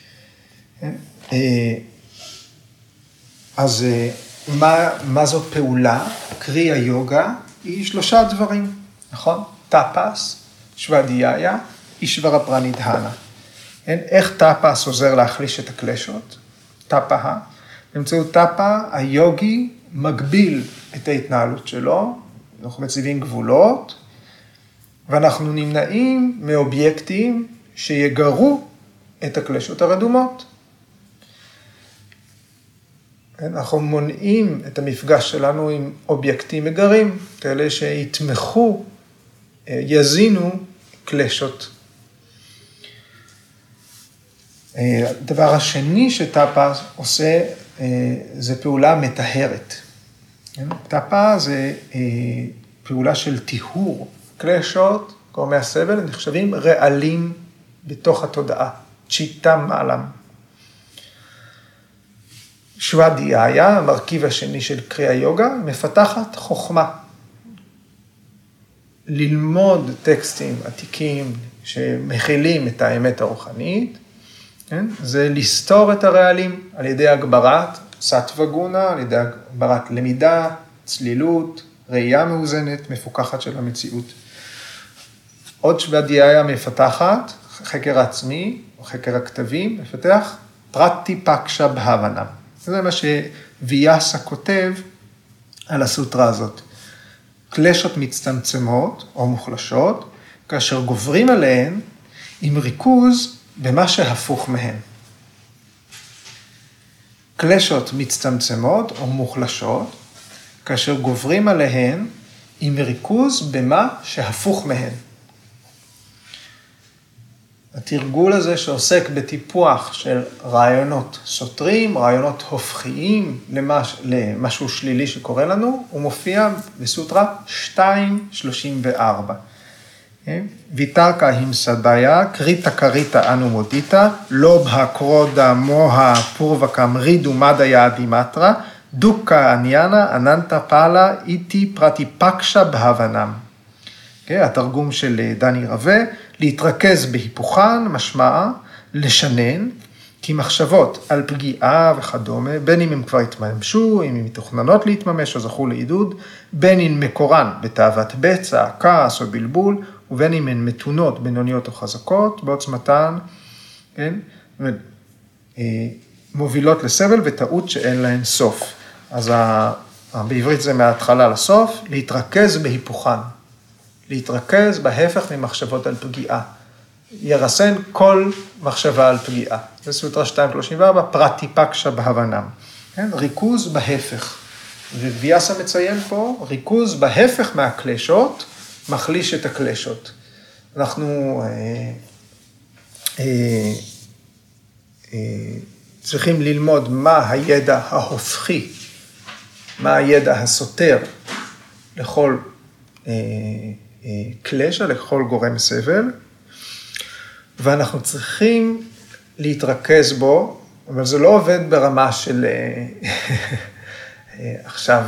אז מה, מה זאת פעולה? קרי היוגה היא שלושה דברים, נכון? טאפס, שוואדייה, אישברה פרנידהנה. איך טאפס עוזר להחליש את הקלשות? טאפה. באמצעות טאפה, היוגי מגביל את ההתנהלות שלו, אנחנו מציבים גבולות, ואנחנו נמנעים מאובייקטים שיגרו את הקלשות הרדומות. אנחנו מונעים את המפגש שלנו עם אובייקטים מגרים, כאלה שיתמכו, יזינו קלשות. הדבר השני שטאפה עושה, זה פעולה מטהרת. טאפה זה פעולה של טיהור. קלשות, גורמי הסבל, נחשבים רעלים בתוך התודעה, צ'יטה מעלם. שוואדייה, המרכיב השני של קריאה יוגה, מפתחת חוכמה. ללמוד טקסטים עתיקים שמכילים את האמת הרוחנית, כן? זה לסתור את הרעלים על ידי הגברת סטווה גונה, על ידי הגברת למידה, צלילות, ראייה מאוזנת, מפוקחת של המציאות. עוד שוואדייה מפתחת, חקר העצמי, או חקר הכתבים, מפתח פרטיפקשה בהבנה. זה מה שוויאסה כותב על הסוטרה הזאת. קלשות מצטמצמות או מוחלשות, כאשר גוברים עליהן עם ריכוז במה שהפוך מהן. קלשות מצטמצמות או מוחלשות, כאשר גוברים עליהן עם ריכוז במה שהפוך מהן. התרגול הזה שעוסק בטיפוח של רעיונות סותרים, רעיונות הופכיים למש, למשהו שלילי שקורה לנו, הוא מופיע בסוטרה שתיים שלושים וארבע. ויתרקה הימסדיה, קריטה קריטה אנו מודיטה, לובהה קרודה מוהה פורווקה מרידו מדיה אדימטרה, דוקה עניינה אננטה פעלה איתי פרטיפקשה בהבנם. התרגום של דני רווה, להתרכז בהיפוכן, משמעה, לשנן, כי מחשבות על פגיעה וכדומה, בין אם הם כבר התממשו, אם הם מתוכננות להתממש או זכו לעידוד, בין אם מקורן בתאוות בצע, כעס או בלבול, ובין אם הן מתונות, בינוניות או חזקות, בעוצמתן, כן, מובילות לסבל וטעות שאין להן סוף. אז בעברית זה מההתחלה לסוף, להתרכז בהיפוכן. להתרכז בהפך ממחשבות על פגיעה. ירסן כל מחשבה על פגיעה. זה סוטרה שתיים שלושים וארבע, פרטיפקשה בהבנם. כן? ריכוז בהפך. וויאסה מציין פה, ריכוז בהפך מהקלשות, מחליש את הקלשות. אנחנו אה, אה, אה, צריכים ללמוד מה הידע ההופכי, מה הידע הסותר לכל אה, קלשה, לכל גורם סבל, ואנחנו צריכים להתרכז בו, אבל זה לא עובד ברמה של עכשיו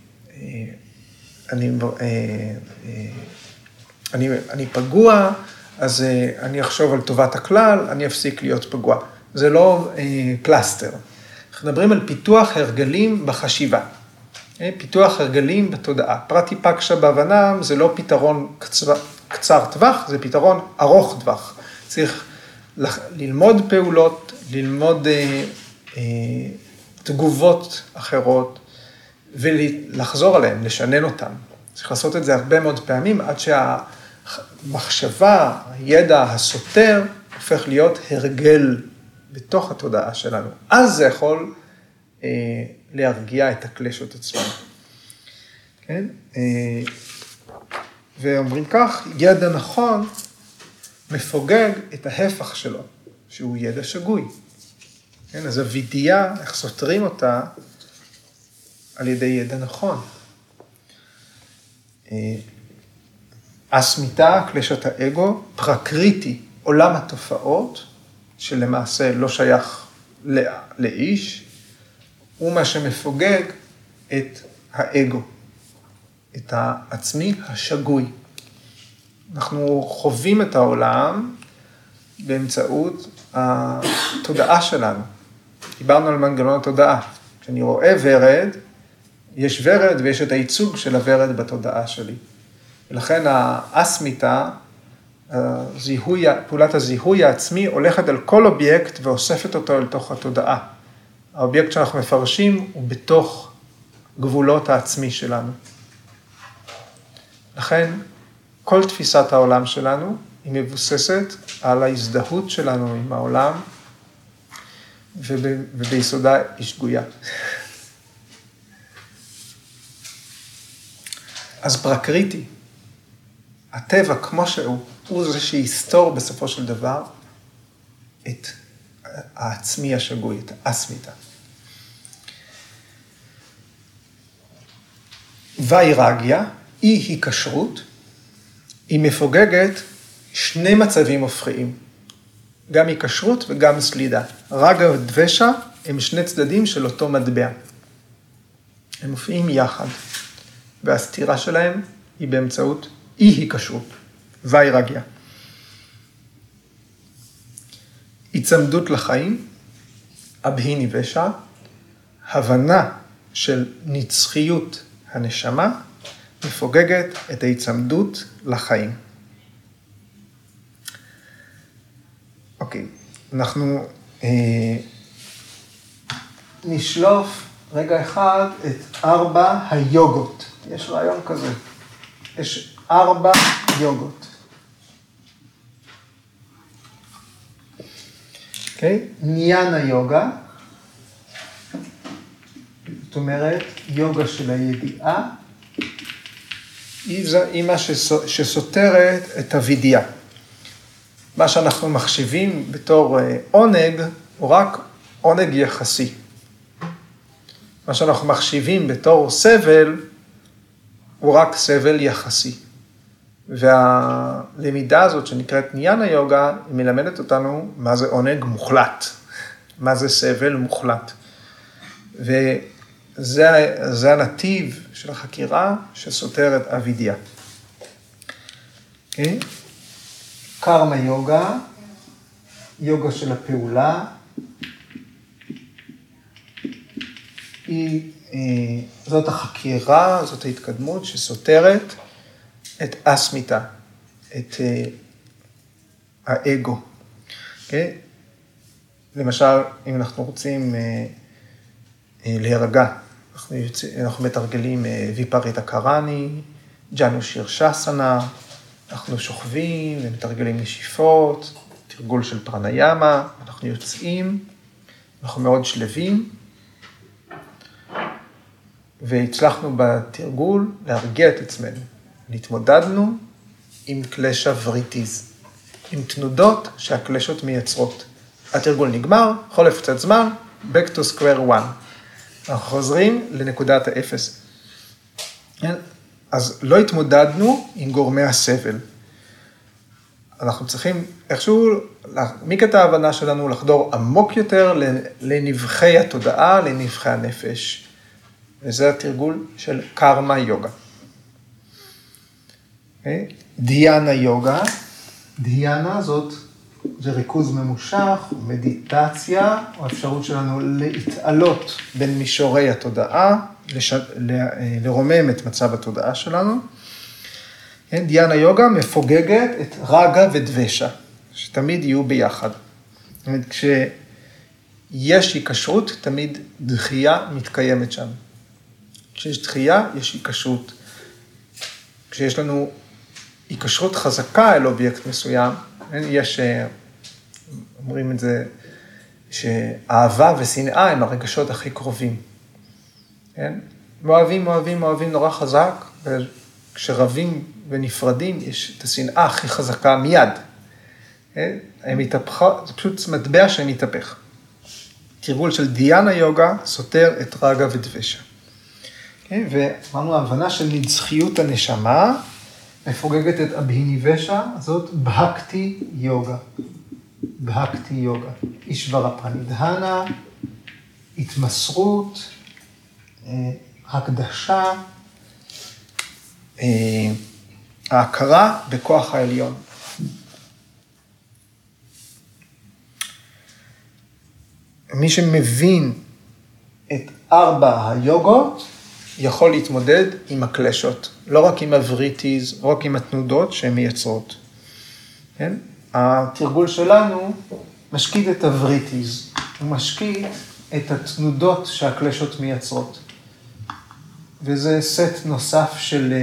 אני, אני, אני פגוע, אז אני אחשוב על טובת הכלל, אני אפסיק להיות פגוע. זה לא פלסטר. אנחנו מדברים על פיתוח הרגלים בחשיבה. פיתוח הרגלים בתודעה. פרטיפקשה בהבנה זה לא פתרון קצר, קצר טווח, זה פתרון ארוך טווח. צריך ללמוד פעולות, ללמוד אה, אה, תגובות אחרות, ולחזור עליהן, לשנן אותן. צריך לעשות את זה הרבה מאוד פעמים, עד שהמחשבה, הידע הסותר, הופך להיות הרגל בתוך התודעה שלנו. אז זה יכול אה, להרגיע את הקלשות עצמם. כן? אה, ואומרים כך, ידע נכון מפוגג את ההפך שלו, שהוא ידע שגוי. כן? אז הוידיעה, איך סותרים אותה, על ידי ידע נכון. אסמיתה, קלשת האגו, פרקריטי, עולם התופעות, שלמעשה לא שייך לאיש, הוא מה שמפוגג את האגו, את העצמי השגוי. אנחנו חווים את העולם באמצעות התודעה שלנו. דיברנו על מנגנון התודעה. כשאני רואה ורד, יש ורד ויש את הייצוג של הורד בתודעה שלי. ולכן האסמיתה, הזיהוי, פעולת הזיהוי העצמי, הולכת על כל אובייקט ואוספת אותו אל תוך התודעה. האובייקט שאנחנו מפרשים הוא בתוך גבולות העצמי שלנו. לכן, כל תפיסת העולם שלנו היא מבוססת על ההזדהות שלנו עם העולם, וביסודה היא שגויה. אז פרקריטי, הטבע כמו שהוא, הוא זה שיסתור בסופו של דבר את העצמי השגוי, את האסמיתה. ויירגיה, אי היקשרות, היא מפוגגת שני מצבים הופכיים, גם היקשרות וגם סלידה. רגה ודבשה הם שני צדדים של אותו מטבע. הם מופיעים יחד, והסתירה שלהם היא באמצעות אי היקשרות, ויירגיה. הצמדות לחיים, אבהיני ושע, הבנה של נצחיות הנשמה, מפוגגת את ההצמדות לחיים. אוקיי, אנחנו אה, נשלוף רגע אחד את ארבע היוגות. יש רעיון כזה. יש ארבע יוגות. אוקיי? ניאנה יוגה. זאת אומרת, יוגה של הידיעה. היא מה שסותרת את הוידיעה. מה שאנחנו מחשיבים בתור עונג, הוא רק עונג יחסי. מה שאנחנו מחשיבים בתור סבל, הוא רק סבל יחסי. והלמידה הזאת שנקראת ניאנה יוגה, היא מלמדת אותנו מה זה עונג מוחלט, מה זה סבל מוחלט. וזה זה הנתיב של החקירה שסותר את הוידיעה. אוקיי? קרמה יוגה, יוגה של הפעולה, היא, זאת החקירה, זאת ההתקדמות שסותרת את אסמיתה, את האגו. Okay? למשל, אם אנחנו רוצים להירגע, אנחנו, יוצא, אנחנו מתרגלים ויפריטה קראני, ג'אנו שירשסנה, אנחנו שוכבים ומתרגלים נשיפות, תרגול של פרניאמה, אנחנו יוצאים, אנחנו מאוד שלבים, והצלחנו בתרגול להרגיע את עצמנו. התמודדנו עם קלשה וריטיז, עם תנודות שהקלשות מייצרות. התרגול נגמר, חולף קצת זמן, back to square one. אנחנו חוזרים לנקודת האפס. אז לא התמודדנו עם גורמי הסבל. אנחנו צריכים איכשהו, מכת ההבנה שלנו, לחדור עמוק יותר לנבחי התודעה, לנבחי הנפש. וזה התרגול של קרמה יוגה. Okay. דיאנה יוגה, דיאנה זאת, זה ריכוז ממושך, מדיטציה, או האפשרות שלנו להתעלות בין מישורי התודעה, לש... ל... לרומם את מצב התודעה שלנו. דיאנה יוגה מפוגגת את רגה ודבשה, שתמיד יהיו ביחד. זאת אומרת, כשיש היקשרות, תמיד דחייה מתקיימת שם. כשיש דחייה, יש היקשרות. כשיש לנו היקשרות חזקה אל אובייקט מסוים, יש, אומרים את זה, שאהבה ושנאה הם הרגשות הכי קרובים. כן? אוהבים, אוהבים, אוהבים נורא חזק, וכשרבים ונפרדים, יש את השנאה הכי חזקה מיד. כן? הם מתהפכו, זה פשוט מטבע שהם מתהפך. תרגול של דיאנה יוגה סותר את רגה ודבשה. כן? ואמרנו, ההבנה של נצחיות הנשמה, מפוגגת את אבהיניבשה, זאת בהקטי יוגה. בהקטי יוגה. אישברה פרנידהנה, התמסרות, הקדשה, ההכרה בכוח העליון. מי שמבין את ארבע היוגות, יכול להתמודד עם הקלשות, לא רק עם הווריטיז, לא רק עם התנודות שהן מייצרות. כן? התרגול שלנו משקיט את הווריטיז, הוא משקיט את התנודות שהקלשות מייצרות. וזה סט נוסף של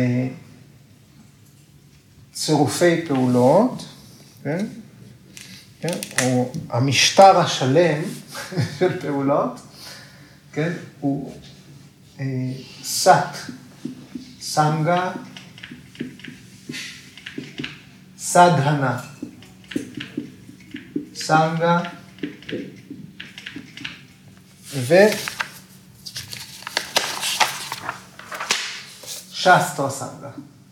צירופי פעולות, כן? כן? או המשטר השלם של פעולות, כן? הוא סט, סנגה, סדהנה, סנגה, ושסטרה סנגה.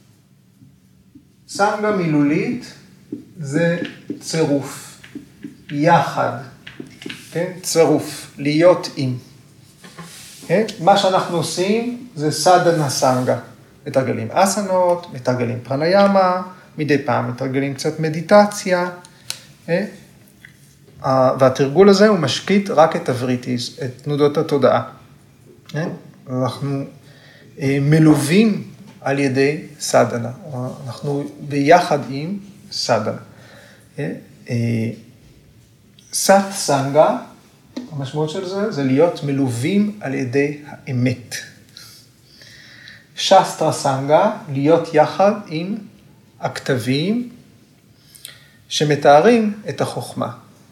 סנגה מילולית זה צירוף, יחד, כן? צירוף, להיות עם. כן? מה שאנחנו עושים זה סדהנה סנגה. מתרגלים אסנות, מתרגלים פרניאמה, מדי פעם מתרגלים קצת מדיטציה. כן? והתרגול הזה הוא משקיט רק את הווריטיז, את תנודות התודעה. כן? אנחנו מלווים על ידי סדהנה. אנחנו ביחד עם סדהנה. כן? סת סנגה, המשמעות של זה, זה להיות מלווים על ידי האמת. שסטרה סנגה, להיות יחד עם הכתבים שמתארים את החוכמה.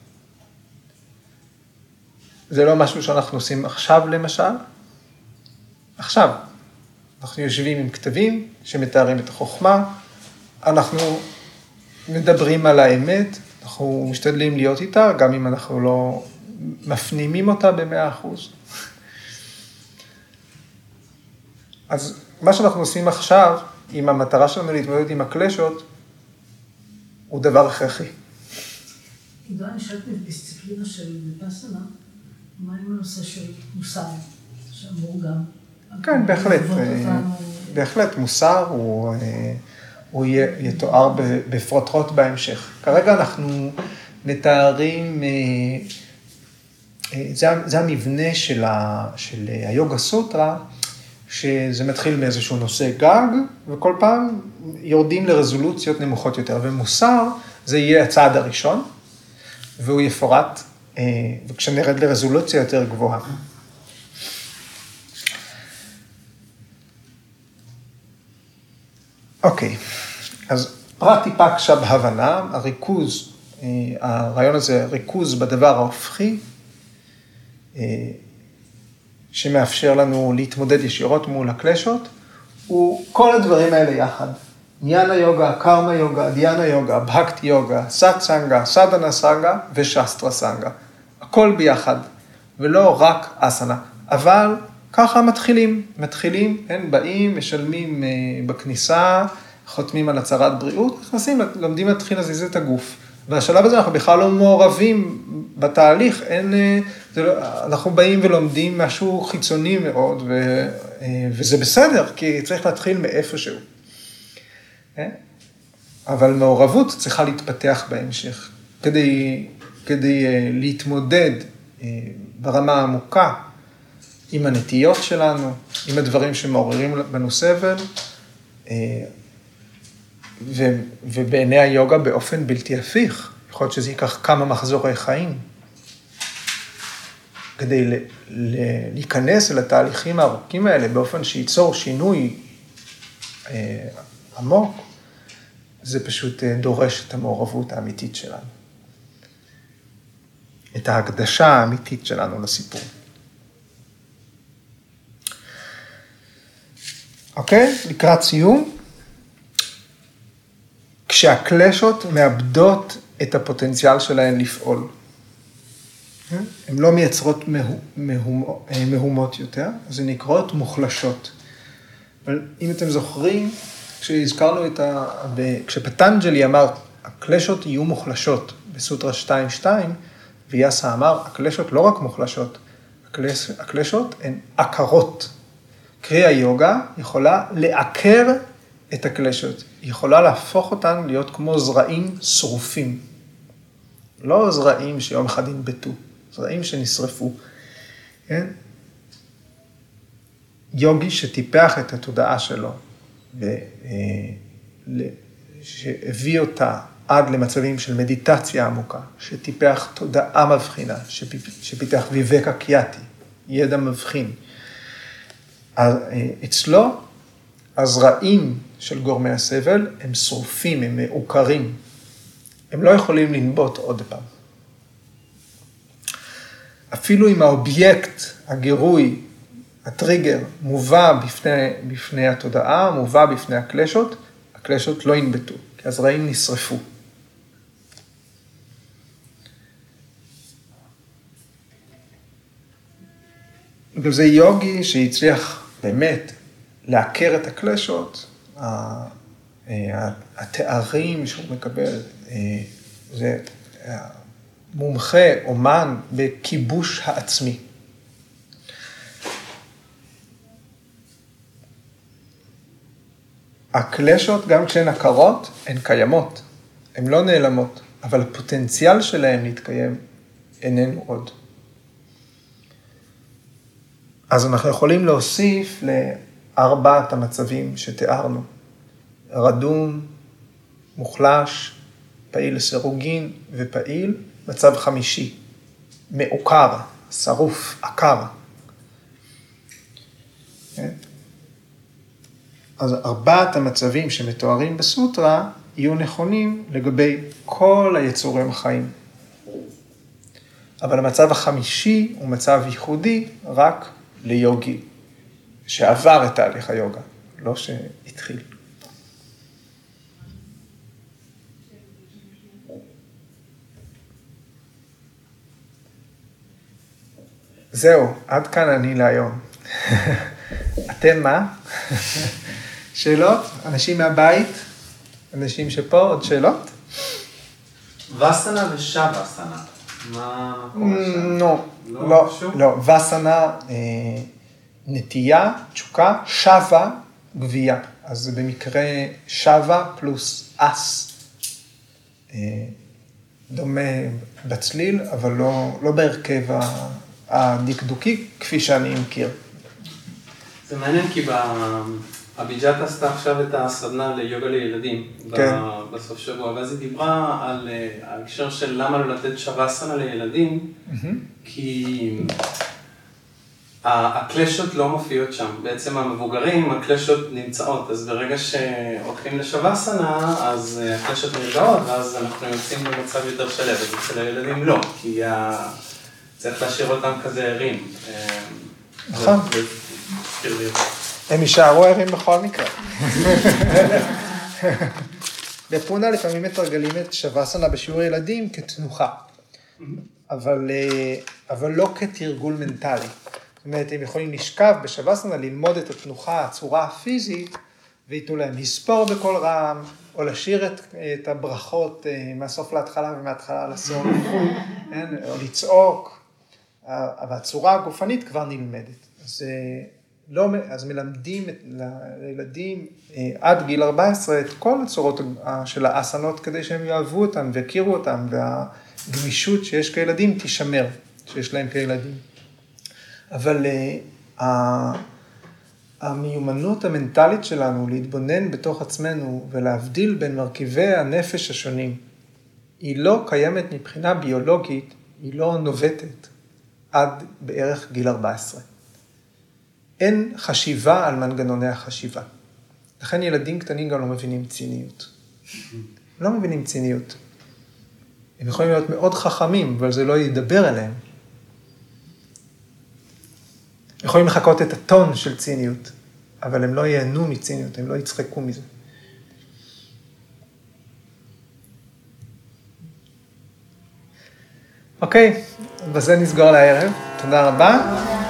זה לא משהו שאנחנו עושים עכשיו למשל. עכשיו, אנחנו יושבים עם כתבים שמתארים את החוכמה, אנחנו מדברים על האמת, אנחנו משתדלים להיות איתה, גם אם אנחנו לא מפנימים אותה במאה אחוז. אז מה שאנחנו עושים עכשיו, עם המטרה שלנו להתמודד עם הקלשות, הוא דבר הכרחי. עידו, אני שואלת בדיסציפלינה של ויפאסנה, מה עם הנושא של מוסר, שאמור גם... כן, בהחלט. בהחלט, מוסר הוא, הוא יתואר בפרוטרוט בהמשך. כרגע אנחנו מתארים, זה, זה המבנה של, ה, של היוגה סוטרה, שזה מתחיל מאיזשהו נושא גג, וכל פעם יורדים לרזולוציות נמוכות יותר, ומוסר זה יהיה הצעד הראשון, והוא יפורט, וכשנרד לרזולוציה יותר גבוהה. אוקיי, אז פרטיפקשה בהבנה, הריכוז, הרעיון הזה, ריכוז בדבר ההופכי, שמאפשר לנו להתמודד ישירות מול הקלשות, הוא כל הדברים האלה יחד. ניאנה יוגה, קרמה יוגה, דיאנה יוגה, בהקטי יוגה, סת סנגה, סדהנה סנגה ושסטרה סנגה. הכל ביחד, ולא רק אסנה. אבל ככה מתחילים, מתחילים, הם באים, משלמים בכניסה, חותמים על הצהרת בריאות, נכנסים, לומדים להתחיל להזיז את הגוף. והשלב הזה אנחנו בכלל לא מעורבים בתהליך, אין, זה לא, אנחנו באים ולומדים משהו חיצוני מאוד, ו, וזה בסדר, כי צריך להתחיל מאיפשהו. אבל מעורבות צריכה להתפתח בהמשך, כדי, כדי uh, להתמודד uh, ברמה העמוקה עם הנטיות שלנו, עם הדברים שמעוררים בנו סבל, uh, ו, ובעיני היוגה באופן בלתי הפיך. יכול להיות שזה ייקח כמה מחזורי חיים, כדי ל, ל, להיכנס אל התהליכים הארוכים האלה באופן שייצור שינוי uh, עמוק, זה פשוט דורש את המעורבות האמיתית שלנו. את ההקדשה האמיתית שלנו לסיפור. אוקיי? לקראת סיום. כשהקלשות מאבדות את הפוטנציאל שלהן לפעול. הן לא מייצרות מהומות יותר, אז הן נקראות מוחלשות. אבל אם אתם זוכרים, כשהזכרנו את ה... כשפטנג'לי אמר, הקלשות יהיו מוחלשות בסוטרה שתיים שתיים, ויאסה אמר, הקלשות לא רק מוחלשות, הקלש... הקלשות הן עקרות. קרי היוגה יכולה לעקר את הקלשות, היא יכולה להפוך אותן להיות כמו זרעים שרופים. לא זרעים שיום אחד ינבטו, זרעים שנשרפו. כן? יוגי שטיפח את התודעה שלו, שהביא אותה עד למצבים של מדיטציה עמוקה, שטיפח תודעה מבחינה, שפיתח ויבקה קיאטי, ידע מבחין. אצלו, הזרעים של גורמי הסבל הם שרופים, הם מעוקרים. הם לא יכולים לנבוט עוד פעם. אפילו אם האובייקט, הגירוי, הטריגר מובא בפני, בפני התודעה, מובא בפני הקלשות, הקלשות לא ינבטו, כי הזרעים נשרפו. וזה יוגי שהצליח באמת לעקר את הקלשות, התארים שהוא מקבל, זה מומחה, אומן, בכיבוש העצמי. הקלשות, גם כשהן עקרות, הן קיימות, הן לא נעלמות, אבל הפוטנציאל שלהן להתקיים איננו עוד. אז אנחנו יכולים להוסיף לארבעת המצבים שתיארנו. רדום, מוחלש, פעיל לסירוגין ופעיל, מצב חמישי, מעוקר, שרוף, עקר. כן? אז ארבעת המצבים שמתוארים בסוטרה יהיו נכונים לגבי כל היצורים החיים. אבל המצב החמישי הוא מצב ייחודי רק ליוגי, שעבר את תהליך היוגה, לא שהתחיל. זהו, עד כאן אני להיום. אתם מה? שאלות? אנשים מהבית? אנשים שפה? עוד שאלות? וסנה ושבסנה. מה קורה שם? לא, לא, לא. וסנה, נטייה, תשוקה, שווה, גבייה. אז זה במקרה שווה פלוס אס. דומה בצליל, אבל לא, לא בהרכב הדקדוקי, כפי שאני מכיר. זה מעניין כי אביג'ת עשתה עכשיו את הסדנה ליוגה לילדים, כן. בסוף שבוע, ואז היא דיברה על ההקשר של למה לא לתת שווסנה לילדים, mm-hmm. כי הקלשות לא מופיעות שם, בעצם המבוגרים, הקלשות נמצאות, אז ברגע שהולכים לשווסנה, אז הקלשות נרגעות, ואז אנחנו יוצאים במצב יותר שלב, אז אצל הילדים לא, כי צריך להשאיר אותם כזה ערים. נכון. הם יישארו ערים בכל מקרה. בפונה לפעמים מתרגלים את שווסנה בשיעור ילדים כתנוחה, אבל, אבל לא כתרגול מנטלי. זאת אומרת, הם יכולים לשכב בשווסנה, ללמוד את התנוחה, הצורה הפיזית, ויתנו להם לספור בכל רעם, או לשיר את, את הברכות מהסוף להתחלה ומההתחלה לסוף, או לצעוק, אבל הצורה הגופנית כבר נלמדת. אז לא, אז מלמדים את לילדים עד גיל ארבע עשרה את כל הצורות של האסנות כדי שהם יאהבו אותם ויכירו אותם, והגמישות שיש כילדים תישמר, שיש להם כילדים. אבל המיומנות המנטלית שלנו להתבונן בתוך עצמנו ולהבדיל בין מרכיבי הנפש השונים, היא לא קיימת מבחינה ביולוגית, היא לא נובטת עד בערך גיל ארבע עשרה. אין חשיבה על מנגנוני החשיבה. לכן ילדים קטנים גם לא מבינים ציניות. לא מבינים ציניות. הם יכולים להיות מאוד חכמים, אבל זה לא ידבר אליהם. יכולים לחכות את הטון של ציניות, אבל הם לא ייהנו מציניות, הם לא יצחקו מזה. אוקיי, בזה נסגור לערב. תודה רבה.